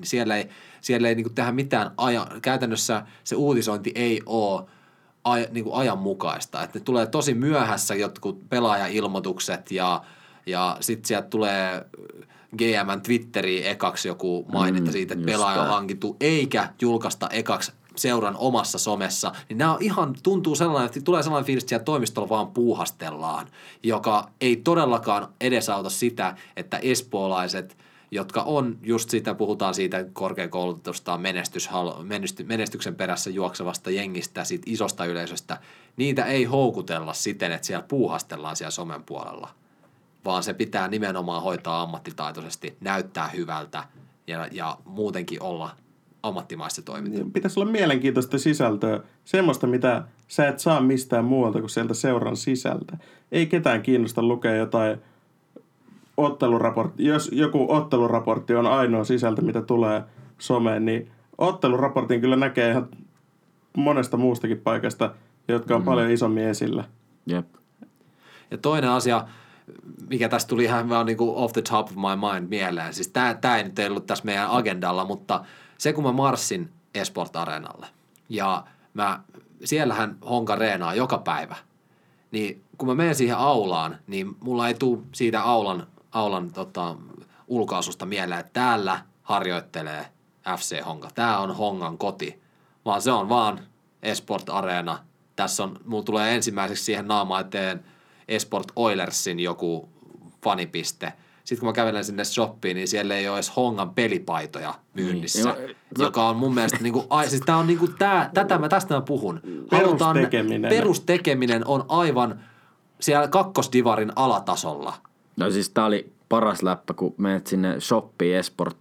siellä ei niinku tehdä mitään, käytännössä se uutisointi ei ole niinku ajanmukaista, että ne tulee tosi myöhässä jotkut pelaajailmoitukset ja sitten sieltä tulee GM:n Twitteriin ekaksi joku maininta siitä, että pelaaja on hankittu, eikä julkaista ekaksi seuran omassa somessa. Niin nämä on ihan, tuntuu sellainen, että tulee sellainen fiilis, että siellä toimistolla vaan puuhastellaan, joka ei todellakaan edesauta sitä, että espoolaiset, jotka on just sitä, puhutaan siitä korkeakoulutusta menestyksen perässä juoksevasta jengistä, siitä isosta yleisöstä, niitä ei houkutella siten, että siellä puuhastellaan siellä somen puolella, vaan se pitää nimenomaan hoitaa ammattitaitoisesti, näyttää hyvältä ja muutenkin olla ammattimaista toimintaa. Pitäisi olla mielenkiintoista sisältöä, semmoista, mitä sä et saa mistään muualta kuin sieltä seuran sisältä. Ei ketään kiinnosta lukea jotain otteluraportti. Jos joku otteluraportti on ainoa sisältö, mitä tulee someen, niin otteluraportin kyllä näkee ihan monesta muustakin paikasta, jotka on paljon isommin esillä. Jep. Ja toinen asia, mikä tästä tuli ihan vaan niin kuin off the top of my mind mieleen. Siis tämä ei nyt ollut tässä meidän agendalla, mutta se kun mä marssin Esport-areenalle ja siellähän Honka reenaa joka päivä, niin kun mä menen siihen aulaan, niin mulla ei tule siitä aulan ulkoasusta mieleen, että täällä harjoittelee FC Honka. Tää on Hongan koti, vaan se on vaan Esport-areena. Mulla tulee ensimmäiseksi siihen naamaan eteen Esport Oilersin joku fanipiste. Sitten kun mä kävelen sinne shoppiin, niin siellä ei ole edes Hongan pelipaitoja myynnissä, joka on mun mielestä niinku, siis tää on niinku tästä mä puhun. Perustekeminen on aivan siellä kakkosdivarin alatasolla. No siis tää oli paras läppä, kun menet sinne shoppiin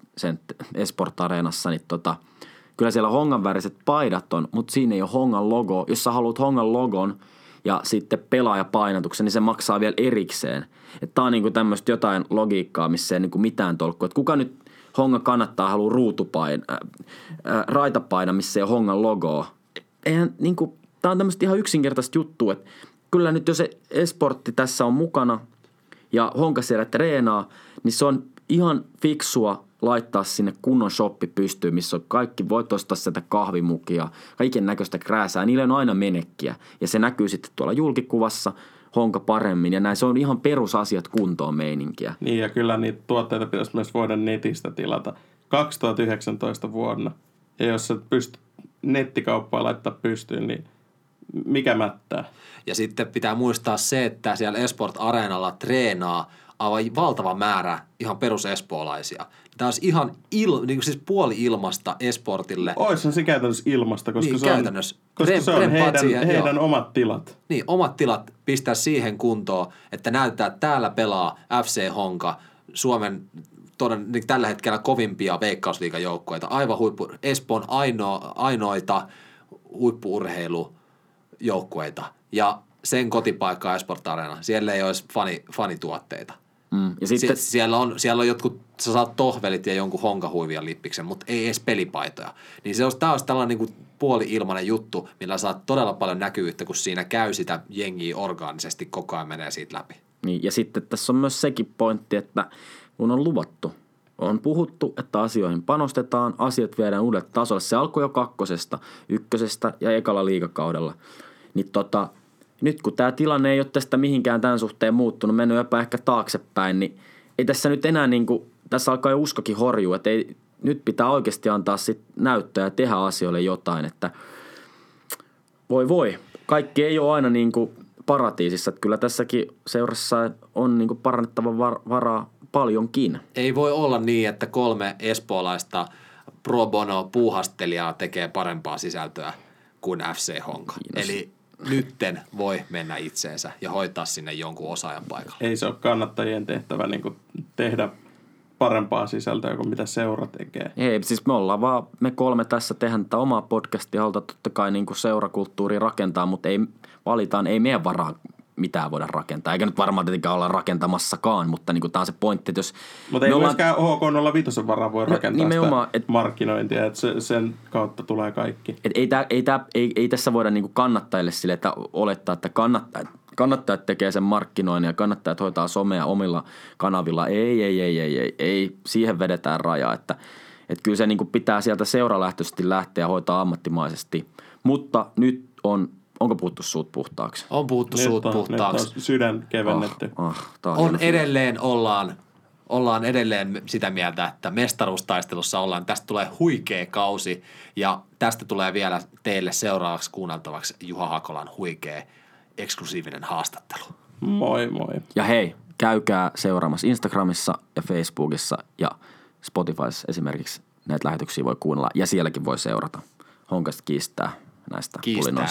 Esport-areenassa, niin kyllä siellä Hongan väriset paidat on, mutta siinä ei ole Hongan logo. Jos sä haluat Hongan logon ja sitten pelaajapainatuksen, niin se maksaa vielä erikseen. Että tää on niinku tämmöistä jotain logiikkaa, missä ei niinku mitään tolkkua. Että kuka nyt Hongan kannattaa haluaa raitapaina, missä ei ole Hongan logoa. Eihän niinku, tää on tämmöistä ihan yksinkertaista juttua, että kyllä nyt jos se esportti tässä on mukana ja Honka siellä treenaa, niin se on ihan fiksua laittaa sinne kunnon shoppi pystyyn, missä on kaikki, voit ostaa sieltä kahvimukia, kaiken näköistä krääsää, niillä on aina menekkiä. Ja se näkyy sitten tuolla julkikuvassa Honka paremmin, ja näin se on ihan perusasiat kuntoon meininkiä. Niin, ja kyllä niitä tuotteita pitäisi myös voida netistä tilata 2019 vuonna. Ja jos sä pystyt nettikauppaa laittaa pystyyn, niin mikä mättää? Ja sitten pitää muistaa se, että siellä Esport-areenalla treenaa aivan valtava määrä ihan perusespoolaisia. Tämä olisi ihan niin siis puoli-ilmasta esportille. Oishan se käytännössä ilmasta, koska niin, se on heidän omat tilat. Niin, omat tilat pistää siihen kuntoon, että näytetään, että täällä pelaa FC Honka, Suomen niin tällä hetkellä kovimpia veikkausliigajoukkueita, aivan Espoon ainoita huippu-urheilujoukkueita. Ja sen kotipaikka Esport-areena, siellä ei olisi fanituotteita. Ja sitten siellä on jotkut, sä saat tohvelit ja jonkun honkahuivian lippiksen, mutta ei edes pelipaitoja. Niin tämä olisi tällainen niin kuin puoli-ilmainen juttu, millä saat todella paljon näkyvyyttä, kun siinä käy sitä jengiä orgaanisesti, koko ajan menee siitä läpi. Niin, ja sitten tässä on myös sekin pointti, että kun on luvattu, on puhuttu, että asioihin panostetaan, asiat viedään uudelle tasolle. Se alkoi jo 2., 1. ja ekalla liigakaudella. Niin nyt kun tämä tilanne ei ole tästä mihinkään tämän suhteen muuttunut, mennyt jopa ehkä taaksepäin, niin ei tässä nyt enää tässä alkaa jo uskokin horjua, että nyt pitää oikeasti antaa sit näyttöä ja tehdä asioille jotain, että voi. Kaikki ei ole aina paratiisissa, että kyllä tässäkin seurassa on parannettava varaa paljonkin. Ei voi olla niin, että 3 espoolaista pro bono puuhastelijaa tekee parempaa sisältöä kuin FC Honka. Eli nytten voi mennä itseensä ja hoitaa sinne jonkun osaajan paikalle. Ei se ole kannattajien tehtävä niin kuin tehdä parempaa sisältöä kuin mitä seura tekee. Ei, siis me 3 tässä tehdään tätä omaa podcastia, halutaan totta kai niin kuin seurakulttuuria rakentaa, mutta ei meidän varaa mitään voida rakentaa. Eikä nyt varmaan tietenkään olla rakentamassakaan, mutta niin kuin tämä on se pointti, että jos... Mutta ei myöskään HK05 varaa voi rakentaa sitä markkinointia, että sen kautta tulee kaikki. Ei tässä voida niin kuin kannattajille sille, että olettaa, että kannattajat tekee sen markkinoinnin ja kannattajat hoitaa somea omilla kanavilla. Ei. Siihen vedetään raja, että kyllä se niin kuin pitää sieltä seuralähtöisesti lähteä ja hoitaa ammattimaisesti. Mutta nyt onko puhuttu suut puhtaaksi? On puhuttu suut puhtaaksi. Nyt on sydän kevennetty. Ollaan edelleen sitä mieltä, että mestaruustaistelussa ollaan. Tästä tulee huikea kausi ja tästä tulee vielä teille seuraavaksi kuunneltavaksi Juha Hakolan huikea eksklusiivinen haastattelu. Moi. Ja hei, käykää seuraamassa Instagramissa ja Facebookissa ja Spotifyssa esimerkiksi näitä lähetyksiä voi kuunnella ja sielläkin voi seurata. Honkasta kiistää näistä pulinoista.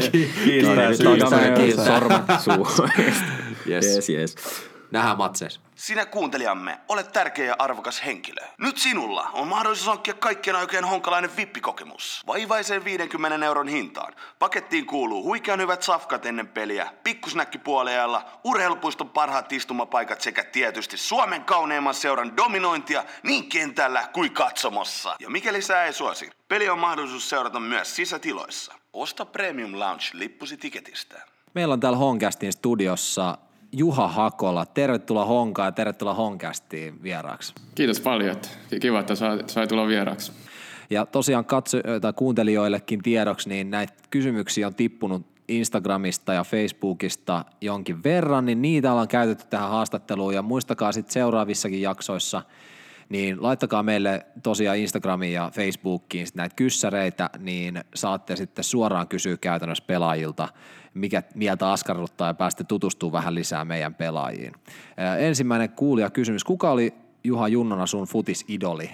Kiistää. Sormet suuhun. Yes. Nähdään matseissa. Sinä kuuntelijamme, olet tärkeä ja arvokas henkilö. Nyt sinulla on mahdollisuus hankkia kaikkien aikojen honkalainen VIP-kokemus. Vaivaiseen 50 € hintaan. Pakettiin kuuluu huikean hyvät safkat ennen peliä, pikkusnäkkipuoliajalla, urheilupuiston parhaat istumapaikat sekä tietysti Suomen kauneimman seuran dominointia niin kentällä kuin katsomossa. Ja mikäli sä ei suosi, peli on mahdollisuus seurata myös sisätiloissa. Osta Premium Lounge-lippusi tiketistä. Meillä on täällä Honcastin studiossa Juha Hakola. Tervetuloa Honkaan ja tervetuloa Honcastiin vieraaksi. Kiitos paljon, että kiva, että sai tulla vieraaksi. Ja tosiaan kuuntelijoillekin tiedoksi, niin näitä kysymyksiä on tippunut Instagramista ja Facebookista jonkin verran, niin niitä ollaan käytetty tähän haastatteluun ja muistakaa sitten seuraavissakin jaksoissa, niin laittakaa meille tosiaan Instagramiin ja Facebookiin näitä kyssäreitä, niin saatte sitten suoraan kysyä käytännössä pelaajilta, mikä mieltä askarruttaa ja pääsette tutustumaan vähän lisää meidän pelaajiin. Ensimmäinen kuulijakysymys, kuka oli Juha junnona sun futisidoli?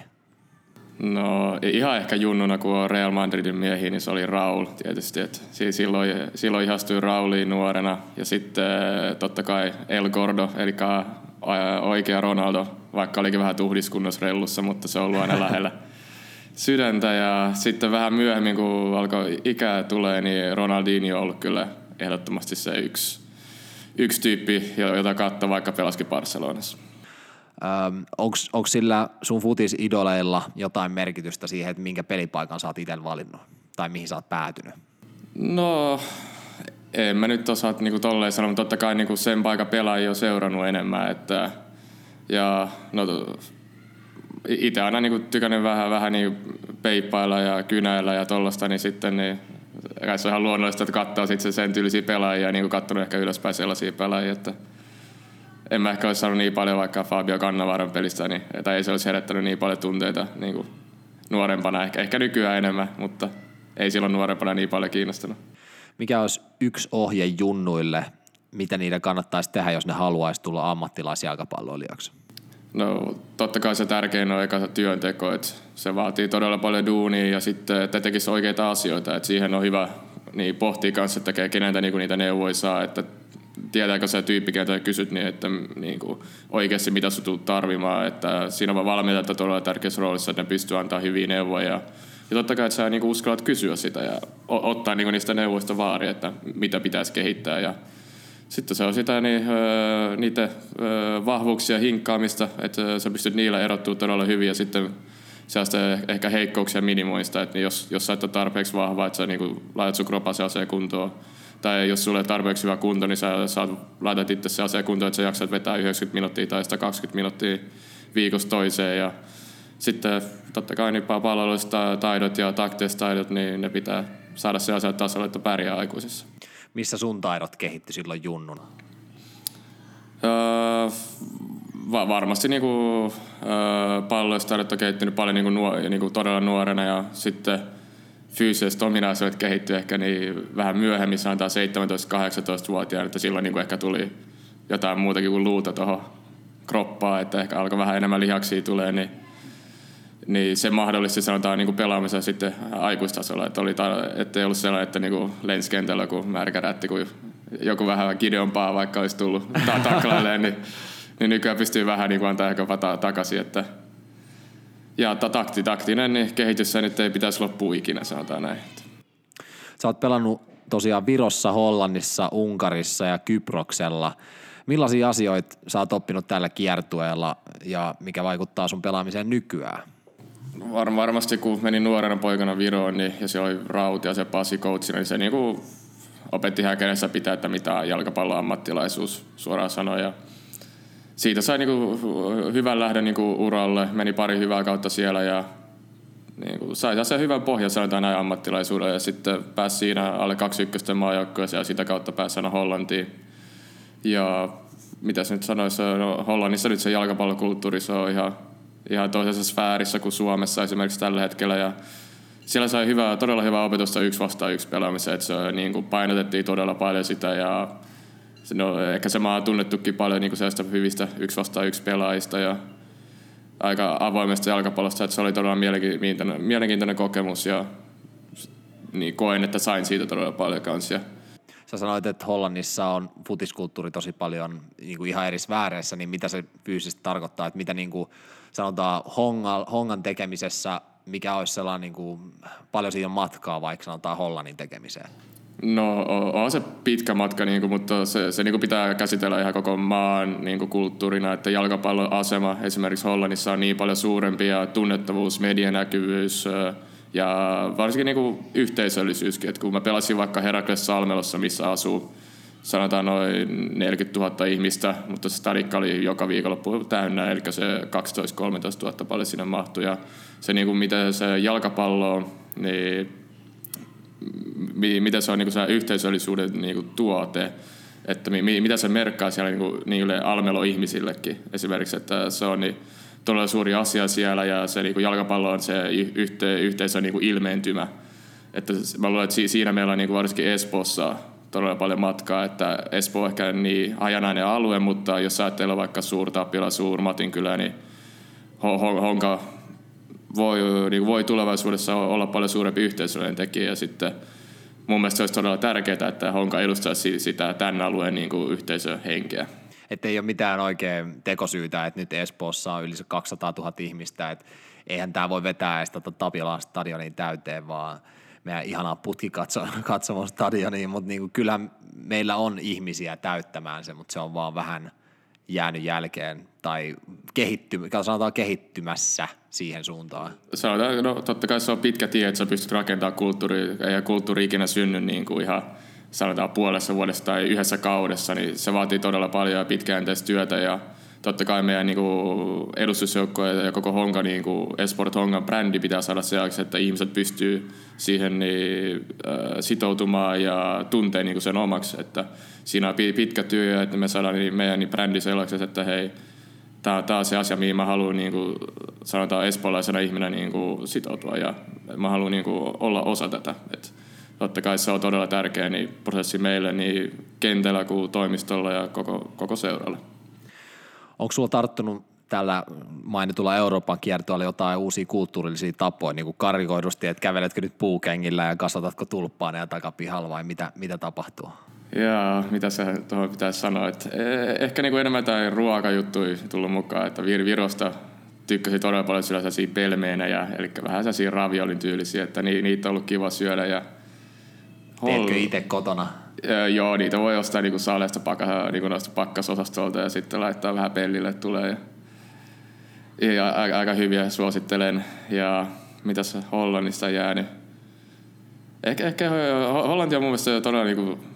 No ihan ehkä junnuna, kun on Real Madridin miehiä, niin se oli Raul tietysti. Et silloin ihastui Rauliin nuorena ja sitten totta kai El Gordo, eli oikea Ronaldo, vaikka olikin vähän tuhdiskunnossa rellussa, mutta se on ollut aina lähellä sydäntä. Ja sitten vähän myöhemmin, kun alkoi ikää tulee, niin Ronaldinho on ollut kyllä ehdottomasti se yksi tyyppi, jota katsoi vaikka pelaskin Barcelonassa. Onko sillä sun futisidoleilla jotain merkitystä siihen, että minkä pelipaikan sä oot itse valinnut tai mihin sä oot päätynyt? No, en mä nyt osaa niinku tolleen sanoa, mutta totta kai niinku sen paikan pelaajia on seurannut enemmän. Itse aina niinku tykännyt vähän niinku peippailla ja kynäillä ja tollaista, niin sitten niin se on ihan luonnollista, että katsoo sitten sen tyylisiä pelaajia ja niinku katsonut ehkä ylöspäin sellaisia pelaajia, että en mä ehkä olisi saanut niin paljon vaikka Fabio Cannavaron pelistä, tai ei se olisi herättänyt niin paljon tunteita niin kuin nuorempana. Ehkä nykyään enemmän, mutta ei silloin nuorempana niin paljon kiinnostunut. Mikä olisi yksi ohje junnuille, mitä niiden kannattaisi tehdä, jos ne haluaisi tulla ammattilaisjalkapalloilijaksi? No totta kai se tärkein on eka työnteko, että se vaatii todella paljon duunia ja sitten, että tekisi oikeita asioita. Että siihen on hyvä niin pohtia kanssa, että keneltä niin niitä neuvoja saa, että tietääkö se tyyppi, ketä kysyt, niin että niin kuin oikeasti mitä sä tulet tarvimaan. Että siinä on valmentajat todella tärkeässä roolissa, että ne pystyy antaa hyviä neuvoja. Ja totta kai, että sä niin kuin uskallat kysyä sitä ja ottaa niin kuin niistä neuvoista vaaria, että mitä pitäisi kehittää. Ja sitten se on sitä niitä vahvuuksia hinkkaamista, että sä pystyt niillä erottumaan todella hyvin ja sitten sellaista ehkä heikkouksia minimoista, että jos sä et ole tarpeeksi vahva, että sä niin kuin laitat sun kropan se aseen kuntoon, tai jos sulle ei tarpeeksi hyvä kunto, niin sä laitat itse se aseen kuntoon, että sä jaksat vetää 90 minuuttia tai 120 minuuttia viikosta toiseen. Ja sitten totta kai niin palvelulliset taidot ja taktiset taidot, niin ne pitää saada se aseen tasolle, että pärjää aikuisissa. Missä sun taidot kehittyi silloin junnuna? Varmasti niinku, palloista taidot on kehittynyt paljon niinku todella nuorena ja sitten fyysiset ominaisuudet kehittyi ehkä niin vähän myöhemmin, sanotaan 17-18-vuotiaana, että silloin niin ehkä tuli jotain muutakin kuin luuta tuohon kroppaa, että ehkä alkoi vähän enemmän lihaksia tulee, niin se mahdollisti sanotaan niin kuin pelaamisen sitten aikuistasolla, että ei ollut sellainen, että niin kuin lensi kentällä kuin märkärätti, kun joku vähän Gideonpaa vaikka olisi tullut taklailleen, niin nykyään pystyy vähän niin kuin antaa ehkä takaisin, että ja taktinen niin kehitys nyt ei pitäisi loppua ikinä, sanotaan näin. Sä oot pelannut tosiaan Virossa, Hollannissa, Unkarissa ja Kyproksella. Millaisia asioita sä oot oppinut tällä kiertueella ja mikä vaikuttaa sun pelaamiseen nykyään? Varmasti kun menin nuorena poikana Viroon niin, ja siellä oli Rauti ja se Pasi coachina, niin se niinku opetti häkenessä pitää, että mitä jalkapallon ammattilaisuus suoraan sanoi. Ja siitä sai niinku hyvän lähden niinku uralle, meni pari hyvää kautta siellä ja niinku sai sen hyvän pohjan sanotaan näin ammattilaisuudelle ja sitten pääsi siinä alle 21 maajoukkueeseen ja sitä kautta pääsi aina Hollantiin. Ja mitä se nyt sanoisi, no, Hollannissa nyt se jalkapallokulttuuri se on ihan toisessa sfäärissä kuin Suomessa esimerkiksi tällä hetkellä ja siellä sai todella hyvää opetusta 1-1 pelaamiseen, että se niin kuin painotettiin todella paljon sitä ja no, ehkä se maa on tunnettukin paljon niin kuin sellaista hyvistä 1-1 pelaajista ja aika avoimesta jalkapallosta, että se oli todella mielenkiintoinen kokemus ja niin koen, että sain siitä todella paljon kanssa. Sä sanoit, että Hollannissa on futiskulttuuri tosi paljon niin kuin ihan eri sfääreissä, niin mitä se fyysisesti tarkoittaa, että mitä niin kuin sanotaan hongan tekemisessä, mikä olisi sellainen niin kuin, paljon siitä matkaa vaikka sanotaan Hollannin tekemiseen? No on se pitkä matka, niin kuin, mutta se niin kuin pitää käsitellä ihan koko maan niin kuin kulttuurina, että jalkapallon asema esimerkiksi Hollannissa on niin paljon suurempi ja tunnettavuus, medianäkyvyys ja varsinkin niin kuin yhteisöllisyyskin, että kun mä pelasin vaikka Herakles Salmelossa, missä asuu sanotaan noin 40 000 ihmistä, mutta se stadikka oli joka viikonloppu täynnä, eli se 12-13 000 paljon sinne mahtui. Ja se, niin kuin, miten se jalkapallo on, niin miten se on niin kuin se yhteisöllisyyden niin kuin tuote, että mitä se merkkaa siellä niin kuin, niille Almelo-ihmisillekin esimerkiksi, että se on niin todella suuri asia siellä ja se niin kuin jalkapallo on se yhteisön niin kuin ilmeentymä. Että mä luulen, että siinä meillä on niin kuin varsinkin Espoossa todella paljon matkaa, että Espoo on ehkä niin hajanainen alue, mutta jos ajattelee vaikka Suurtapila, Suurmatinkylä, niin Honka voi tulevaisuudessa olla paljon suurempi yhteisöllinen tekijä ja sitten mun mielestä se olisi todella tärkeää, että Honka edustaisi sitä tämän alueen niin kuin yhteisöhenkeä. Että ei ole mitään oikein tekosyytä, että nyt Espoossa on yli 200 000 ihmistä, että eihän tämä voi vetää edes Tapilaan stadionin täyteen, vaan meidän ihanaa putkikatsomon stadioniin, mutta niinku kyllä meillä on ihmisiä täyttämään se, mutta se on vaan vähän jäänyt jälkeen tai sanotaan kehittymässä siihen suuntaan. Sanotaan, no totta kai se on pitkä tie, että sä pystyt rakentamaan kulttuuria, ja kulttuuri ikinä synny niin kuin ihan sanotaan puolessa vuodessa tai yhdessä kaudessa, niin se vaatii todella paljon ja pitkäjänteistä työtä ja totta kai meidän niin edustusjoukkoja ja koko Honka, niin Esport Hongan brändi pitää saada sellaiseksi, että ihmiset pystyy siihen sitoutumaan ja tuntee niin sen omaksi. Että siinä on pitkä työ, että me saadaan meidän brändi sellaiseksi, että hei, tämä on se asia, mihin mä haluan niin kuin, sanotaan espoolaisena ihminen niin kuin, sitoutua ja mä haluan niin kuin, olla osa tätä. Et totta kai se on todella tärkeä niin prosessi meille niin kentällä kuin toimistolla ja koko seuralle. Onko sulla tarttunut tällä mainitulla Euroopan kiertoilla jotain uusia kulttuurillisia tapoja, niin kuin karikoidusti, että käveletkö nyt puukengillä ja kasvatatko tulppaaneja takapihalla vai mitä tapahtuu? Jaa, mitä se tuohon pitäisi sanoa, että ehkä niin kuin enemmän tai ruokajuttuja tullut mukaan, että Virosta tykkäsin todella paljon sellaisia pelmeenejä, eli vähän sellaisia raviolin tyylisiä, että niitä on ollut kiva syödä. Ja teetkö itse kotona? Joo, niitä voi ostaa niinku Salesta niinku noista pakkasosastolta ja sitten laittaa vähän pellille tulee. Ja aika hyviä suosittelen. Ja mitäs Hollannista on jäänyt? Ehkä Hollanti on mun mielestä todella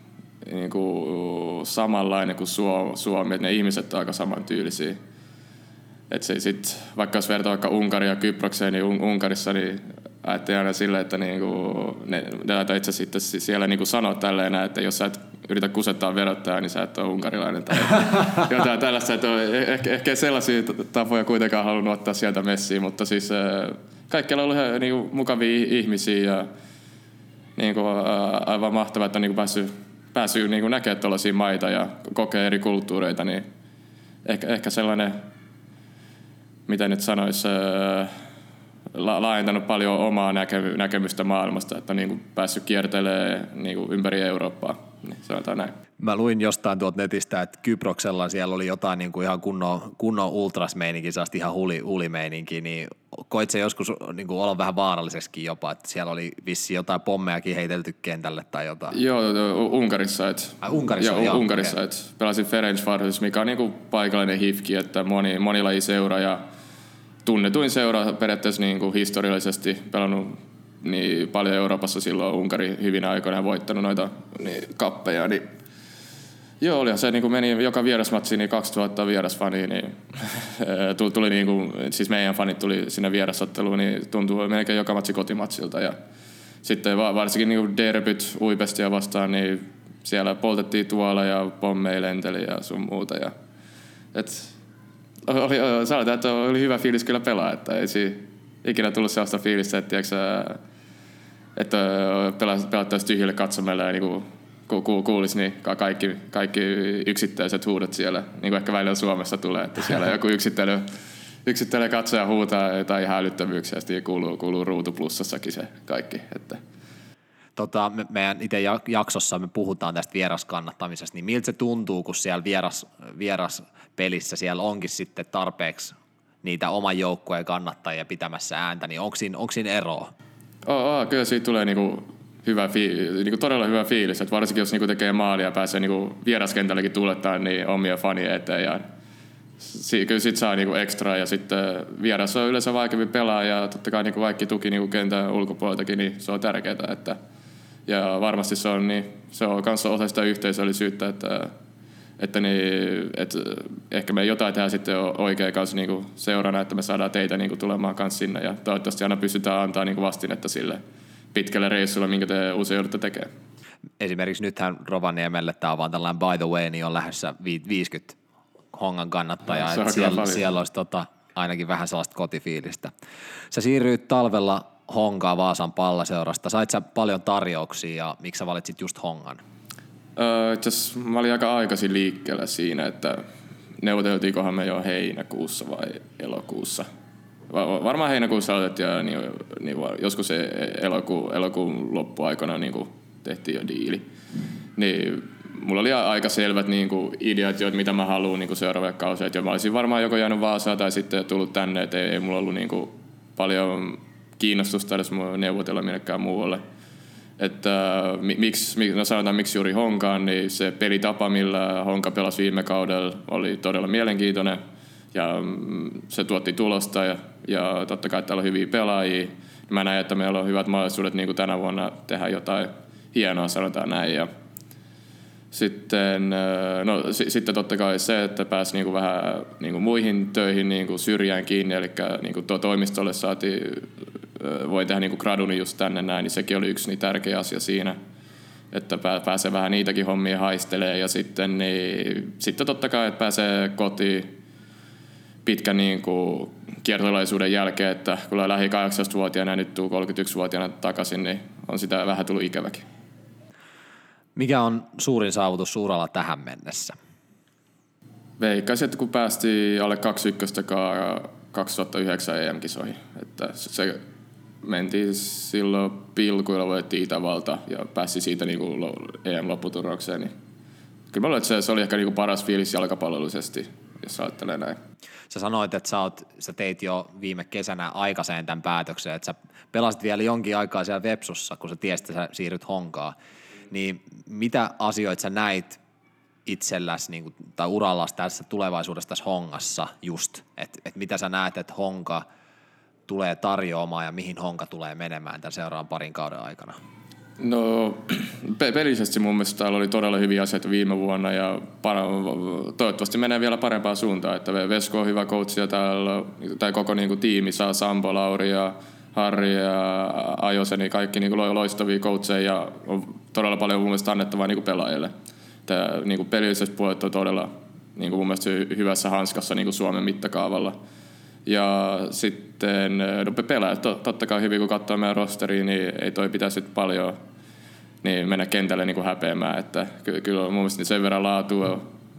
niinku samanlainen kuin Suomi, että ne ihmiset on aika samantyylisiä. Et se sit, vaikka jos vertaa vaikka Unkaria ja Kyprokseen, niin Unkarissa niin ajattelin aina silleen, että niinku, ne itse sitten siellä niinku sanoa tälleen, että jos sä et yritä kusettaa verottajaa, niin sä et ole unkarilainen tai jotain tällaista. Että ehkä sellaisia tapoja kuitenkaan halunnut ottaa sieltä messiin, mutta siis kaikkialla on ollut niinku mukavia ihmisiä ja niinku, aivan mahtavaa, että on niinku päässyt niinku näkemään tuollaisia maita ja kokea eri kulttuureita, niin ehkä sellainen, mitä nyt sanoisi, laajentanut paljon omaa näkemystä maailmasta, että on niin kuin päässyt kiertelemään niin kuin ympäri Eurooppaa. Niin sanotaan näin. Mä luin jostain tuolta netistä, että Kyproksella siellä oli jotain niin kuin ihan kunnon ultrasmeininki, sellaista ihan hulimeininkiä, niin koit se joskus niin kuin olla vähän vaarallisestikin jopa, että siellä oli vissiin jotain pommejakin heitelty kentälle tai jotain? Joo, Unkarissa. Unkarissa, okay. Pelasin Ferencvarosissa, mikä on niin kuin paikallinen HIFK, että monilajiseura ja tunnetuin seura periaatteessa niin kuin historiallisesti pelannut niin paljon Euroopassa silloin Unkari hyvinä aikoina voittanut noita niin kappeja, niin joo, olihan se niin kuin meni joka vierasmatsi, niin 2000 vierasfania, niin tuli niin kuin, siis meidän fanit tuli sinne vierasotteluun, niin tuntui melkein joka matsi kotimatsilta ja sitten varsinkin niin kuin derbyt Uipestia vastaan, niin siellä poltettiin tuolla ja pommeja lenteli ja sun muuta ja sanotaan, että oli hyvä fiilis kyllä pelaa, että ei ikinä tullut sellaista fiilistä, että pelattaisiin tyhjille katsomelle ja niin kuulisi niin kaikki yksittäiset huudot siellä, niin kuin ehkä välillä Suomessa tulee, että siellä joku yksittäinen katsoja huutaa jotain ihan älyttömyyksiä ja sitten kuuluu Ruutu Plussassakin se kaikki. Että. Meidän itse jaksossa me puhutaan tästä vieraskannattamisesta, niin miltä se tuntuu, kun siellä vieraspelissä siellä onkin sitten tarpeeksi niitä oman joukkueen kannattajia pitämässä ääntä, niin onko siinä eroa? Kyllä siitä tulee niinku todella hyvä fiilis, että varsinkin jos niinku tekee maalia ja pääsee niinku vieraskentälläkin tuulettaa niin omia fania eteen ja kyllä sit saa niinku ekstra ja sitten vieras on yleensä vaikeampi pelaa ja totta kai niinku kaikki tuki niinku kentän ulkopuoleltakin, niin se on tärkeää, että ja varmasti se on kanssa osa sitä yhteisöllisyyttä, että ehkä me jotain tehdään sitten oikein kanssa niinku seurana, että me saadaan teitä niinku tulemaan kanssa sinne ja toivottavasti aina pystytään antaa niinku vastinetta sille pitkälle reissulle, minkä te usein joudutte tekemään. Esimerkiksi nythän Rovaniemelle tämä on vaan tällainen by the way, niin on lähdössä 50 Hongan kannattajaa, että siellä olisi ainakin vähän sellaista kotifiilistä. Sä siirryit talvella Honkaa Vaasan Pallaseurasta. Sait sä paljon tarjouksia ja miksi sä valitsit just Hongan? Itse asiassa mä olin aika aikaisin liikkeellä siinä, että neuvoteltiinkohan me jo heinäkuussa vai elokuussa. Varmaan heinäkuussa aloitettiin ja niin joskus elokuun loppuaikana niin tehtiin jo diili. Niin mulla oli aika selvät niin ideat, mitä mä haluan niin seuraaville kausille. Mä olisin varmaan joko jäänyt Vaasaan tai sitten tullut tänne, että ei mulla ollut niin paljon kiinnostusta edes neuvotella minnekään muualle. Että miksi juuri Honkaan, niin se pelitapa, millä Honka pelasi viime kaudella, oli todella mielenkiintoinen. Ja se tuotti tulosta ja totta kai täällä on hyviä pelaajia. Mä näen, että meillä on hyvät mahdollisuudet niin kuin tänä vuonna tehdä jotain hienoa, sanotaan näin. Ja sitten totta kai se, että pääsi niin kuin vähän niin kuin muihin töihin niin kuin syrjään kiinni, eli niin kuin toimistolle voi tehdä niin kuin graduni just tänne näin, niin sekin oli yksi niin tärkeä asia siinä, että pääsee vähän niitäkin hommia haistelee ja sitten totta kai, että pääsee kotiin pitkän niin kuin kiertolaisuuden jälkeen, että kun lähi 18-vuotiaana ja nyt tuu 31-vuotiaana takaisin, niin on sitä vähän tullut ikäväkin. Mikä on suurin saavutus uralla tähän mennessä? Veikkaisin, että kun päästiin alle 21 2009 EM-kisoihin, että se mentiin silloin pilkuilla, voitettiin Itävalta ja pääsi siitä niin kuin EM-lopputurnaukseen, niin kyllä mä luulen, että se oli ehkä niin kuin paras fiilis jalkapallollisesti, jos ajattelee näin. Sä sanoit, että sä teit jo viime kesänä aikaiseen tämän päätöksen, että sä pelasit vielä jonkin aikaa siellä Vepsussa, kun sä tiesit, että sä siirryt Honkaan. Niin mitä asioita sä näit itselläsi niin tai urallasi tässä tulevaisuudessa tässä Hongassa just? Et mitä sä näet, että Honka tulee tarjoamaan ja mihin Honka tulee menemään tämän seuraavan parin kauden aikana? No pelisesti mun mielestä täällä oli todella hyviä asioita viime vuonna ja toivottavasti menee vielä parempaan suuntaan. Että Vesko on hyvä coach ja täällä, tai koko niin kuin tiimi saa Sampo, Lauri ja Harri ja Ajosen, niin kaikki niin kuin loistavia coacheja ja on todella paljon mun mielestä annettavaa niin kuin pelaajille. Tämä niin kuin pelilliset puolet on todella niin kuin mun mielestä hyvässä hanskassa niin kuin Suomen mittakaavalla. Ja sitten pelaajat totta kai hyvin, kun katsoo meidän rosteriin, niin ei toi pitäisi paljon niin mennä kentälle niin kuin häpeämään. Että kyllä mun mielestä sen verran laatua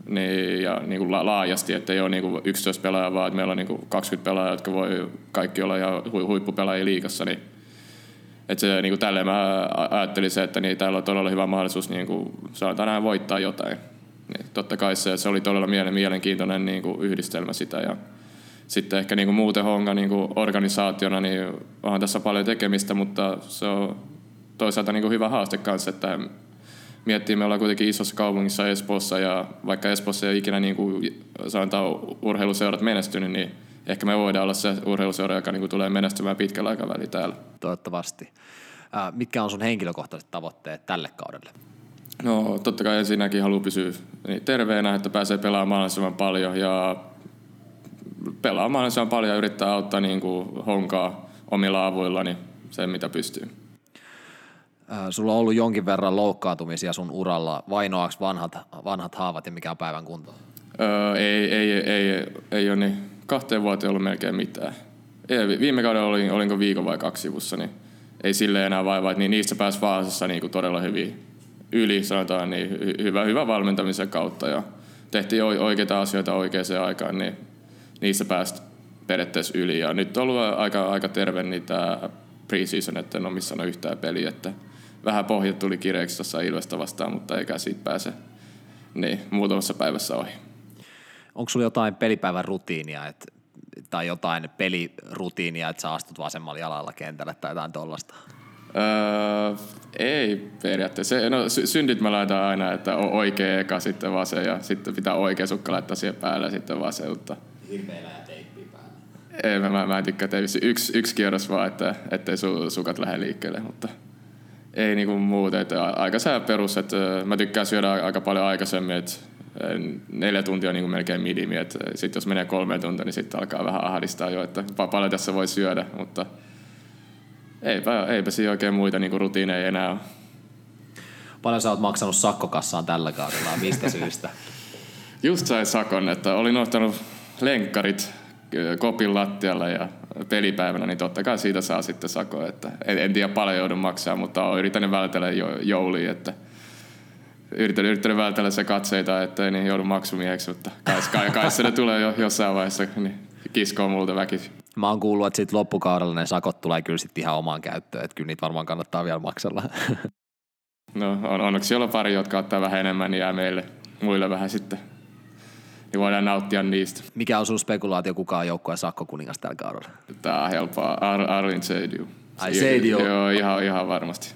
niin, ja niin kuin laajasti, että ei ole niin kuin 11 pelaajaa, vaan että meillä on niin kuin 20 pelaajaa, jotka voi kaikki olla ihan huippupelaajia liigassa, niin että se, niin kuin tälleen mä ajattelin se, että niin, täällä on todella hyvä mahdollisuus niin kuin, sanotaan näin voittaa jotain. Niin, totta kai se oli todella mielenkiintoinen niin kuin yhdistelmä sitä. Ja sitten ehkä niin kuin muuten Honga niin kuin organisaationa, niin onhan tässä paljon tekemistä, mutta se on toisaalta niin kuin hyvä haaste kanssa, että miettii, me ollaan kuitenkin isossa kaupungissa Espoossa, ja vaikka Espoossa ei ole ikinä niin kuin, sanotaan urheiluseurat menestynyt, niin ehkä me voidaan olla se urheiluseura, joka niin kuin tulee menestymään pitkällä aikavälillä täällä. Toivottavasti. Mitkä on sun henkilökohtaiset tavoitteet tälle kaudelle? No totta kai ensinnäkin haluaa pysyä niin terveenä, että pääsee pelaamaan mahdollisimman paljon ja pelaamaan mahdollisimman paljon ja yrittää auttaa niin kuin Honkaa omilla avuilla, niin se mitä pystyy. Sulla on ollut jonkin verran loukkaantumisia sun uralla. Vainoaks vanhat haavat ja mikä on päivän kunto? Ei ole niin 2 vuoteen ollut melkein mitään. Viime kaudella olinko viikon vai 2 sivussa, niin ei sille enää vaivaa, että niistä pääsi Vaasassa niin kuin todella hyvin yli, sanotaan niin hyvä valmentamisen kautta ja tehtiin oikeita asioita oikeaan aikaan, niin niissä pääsi periaatteessa yli. Ja nyt on ollut aika terve niitä pre-season, että en ole missään yhtään peliä, että vähän pohjat tuli kireeksi tuossa Ilvestä vastaan, mutta eikä siitä pääse niin, muutamassa päivässä ohi. Onko sulla jotain pelipäivän rutiinia tai jotain pelirutiinia, että sä astut vasemmalla jalalla kentälle tai jotain tollasta? Ei periaatteessa. Syndit mä laitan aina, että oikea eka, sitten vasen ja sitten pitää oikea sukka laittaa siihen päälle ja sitten vasen. Hirveellä ja teippiä päälle. Ei, mä en tykkää teippiä. Yksi kierros vaan, ettei sukat lähde liikkeelle, mutta ei niinku muuta. Aika sää perus, että mä tykkään syödä aika paljon aikaisemmin, että 4 tuntia on niinku melkein minimi. Sitten jos menee 3 tuntia, niin sitten alkaa vähän ahdistaa jo, että paljon tässä voi syödä, mutta eipä siinä oikein muita niinku rutiineja enää ole. Paljon sä oot maksanut sakkokassaan tällä kaudella, mistä syystä? Just sain sakon, että olin ottanut lenkkarit kopin lattialla ja pelipäivänä, niin totta kai siitä saa sitten sakoa. Että en tiedä paljon joudun maksaa, mutta olen yrittänyt vältellä joulia, että yrittänyt vältellä se katseita, ettei niin joudu maksumieheksi, mutta kai se tulee jossain vaiheessa, niin kiskoo multa väkisin. Mä oon kuullut, että sit loppukaudella ne sakot tulee kyllä sit ihan omaan käyttöön, että kyllä niitä varmaan kannattaa vielä maksella. No onneksi siellä on pari, jotka ottaa vähän enemmän, niin jää meille muille vähän sitten. Niin voidaan nauttia niistä. Mikä on sun spekulaatio, kuka on joukkueen sakkokuningas tällä kaudella? Tää on helppoa. Arvin Seidiu. Ai Seidiu? Joo, ihan varmasti.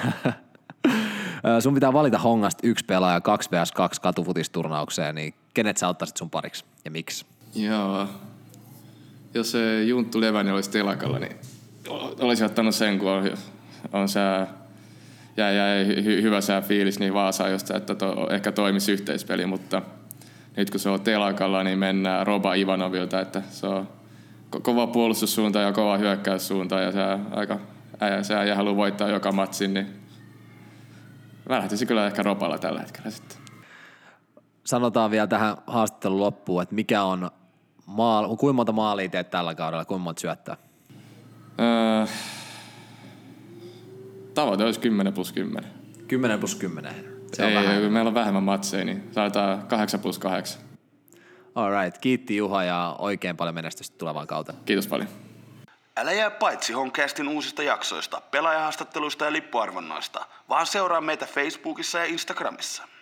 Sun pitää valita Hongasta 1 pelaaja 2vs2 katufutisturnaukseen, niin kenet sä ottaisit sun pariksi ja miksi? Joo. Jos se Junttu Levänen olisi telakalla, niin olisin ottanut sen, kun on sää jäi hyvä sää fiilis niin Vaasaan, josta että ehkä toimisi yhteispeli, mutta nyt kun se on telakalla, niin mennään Roba Ivanovilta, että se on kova puolustussuunta ja kova hyökkäyssuunta ja se äijä haluaa voittaa joka matsin, niin mä lähtisin kyllä ehkä Roballa tällä hetkellä sitten. Sanotaan vielä tähän haastattelun loppuun, että mikä on kuinka monta maalia teet tällä kaudella, kuinka monta syöttää? Tavoite olisi 10+10. 10+10. Se on vähän. Meillä on vähemmän matseja, niin saadaan 8+8. All right. Kiitti Juha ja oikein paljon menestystä tulevaan kauteen. Kiitos paljon. Älä jää paitsi Honcastin uusista jaksoista, pelaajahaastatteluista ja lippuarvonnoista, vaan seuraa meitä Facebookissa ja Instagramissa.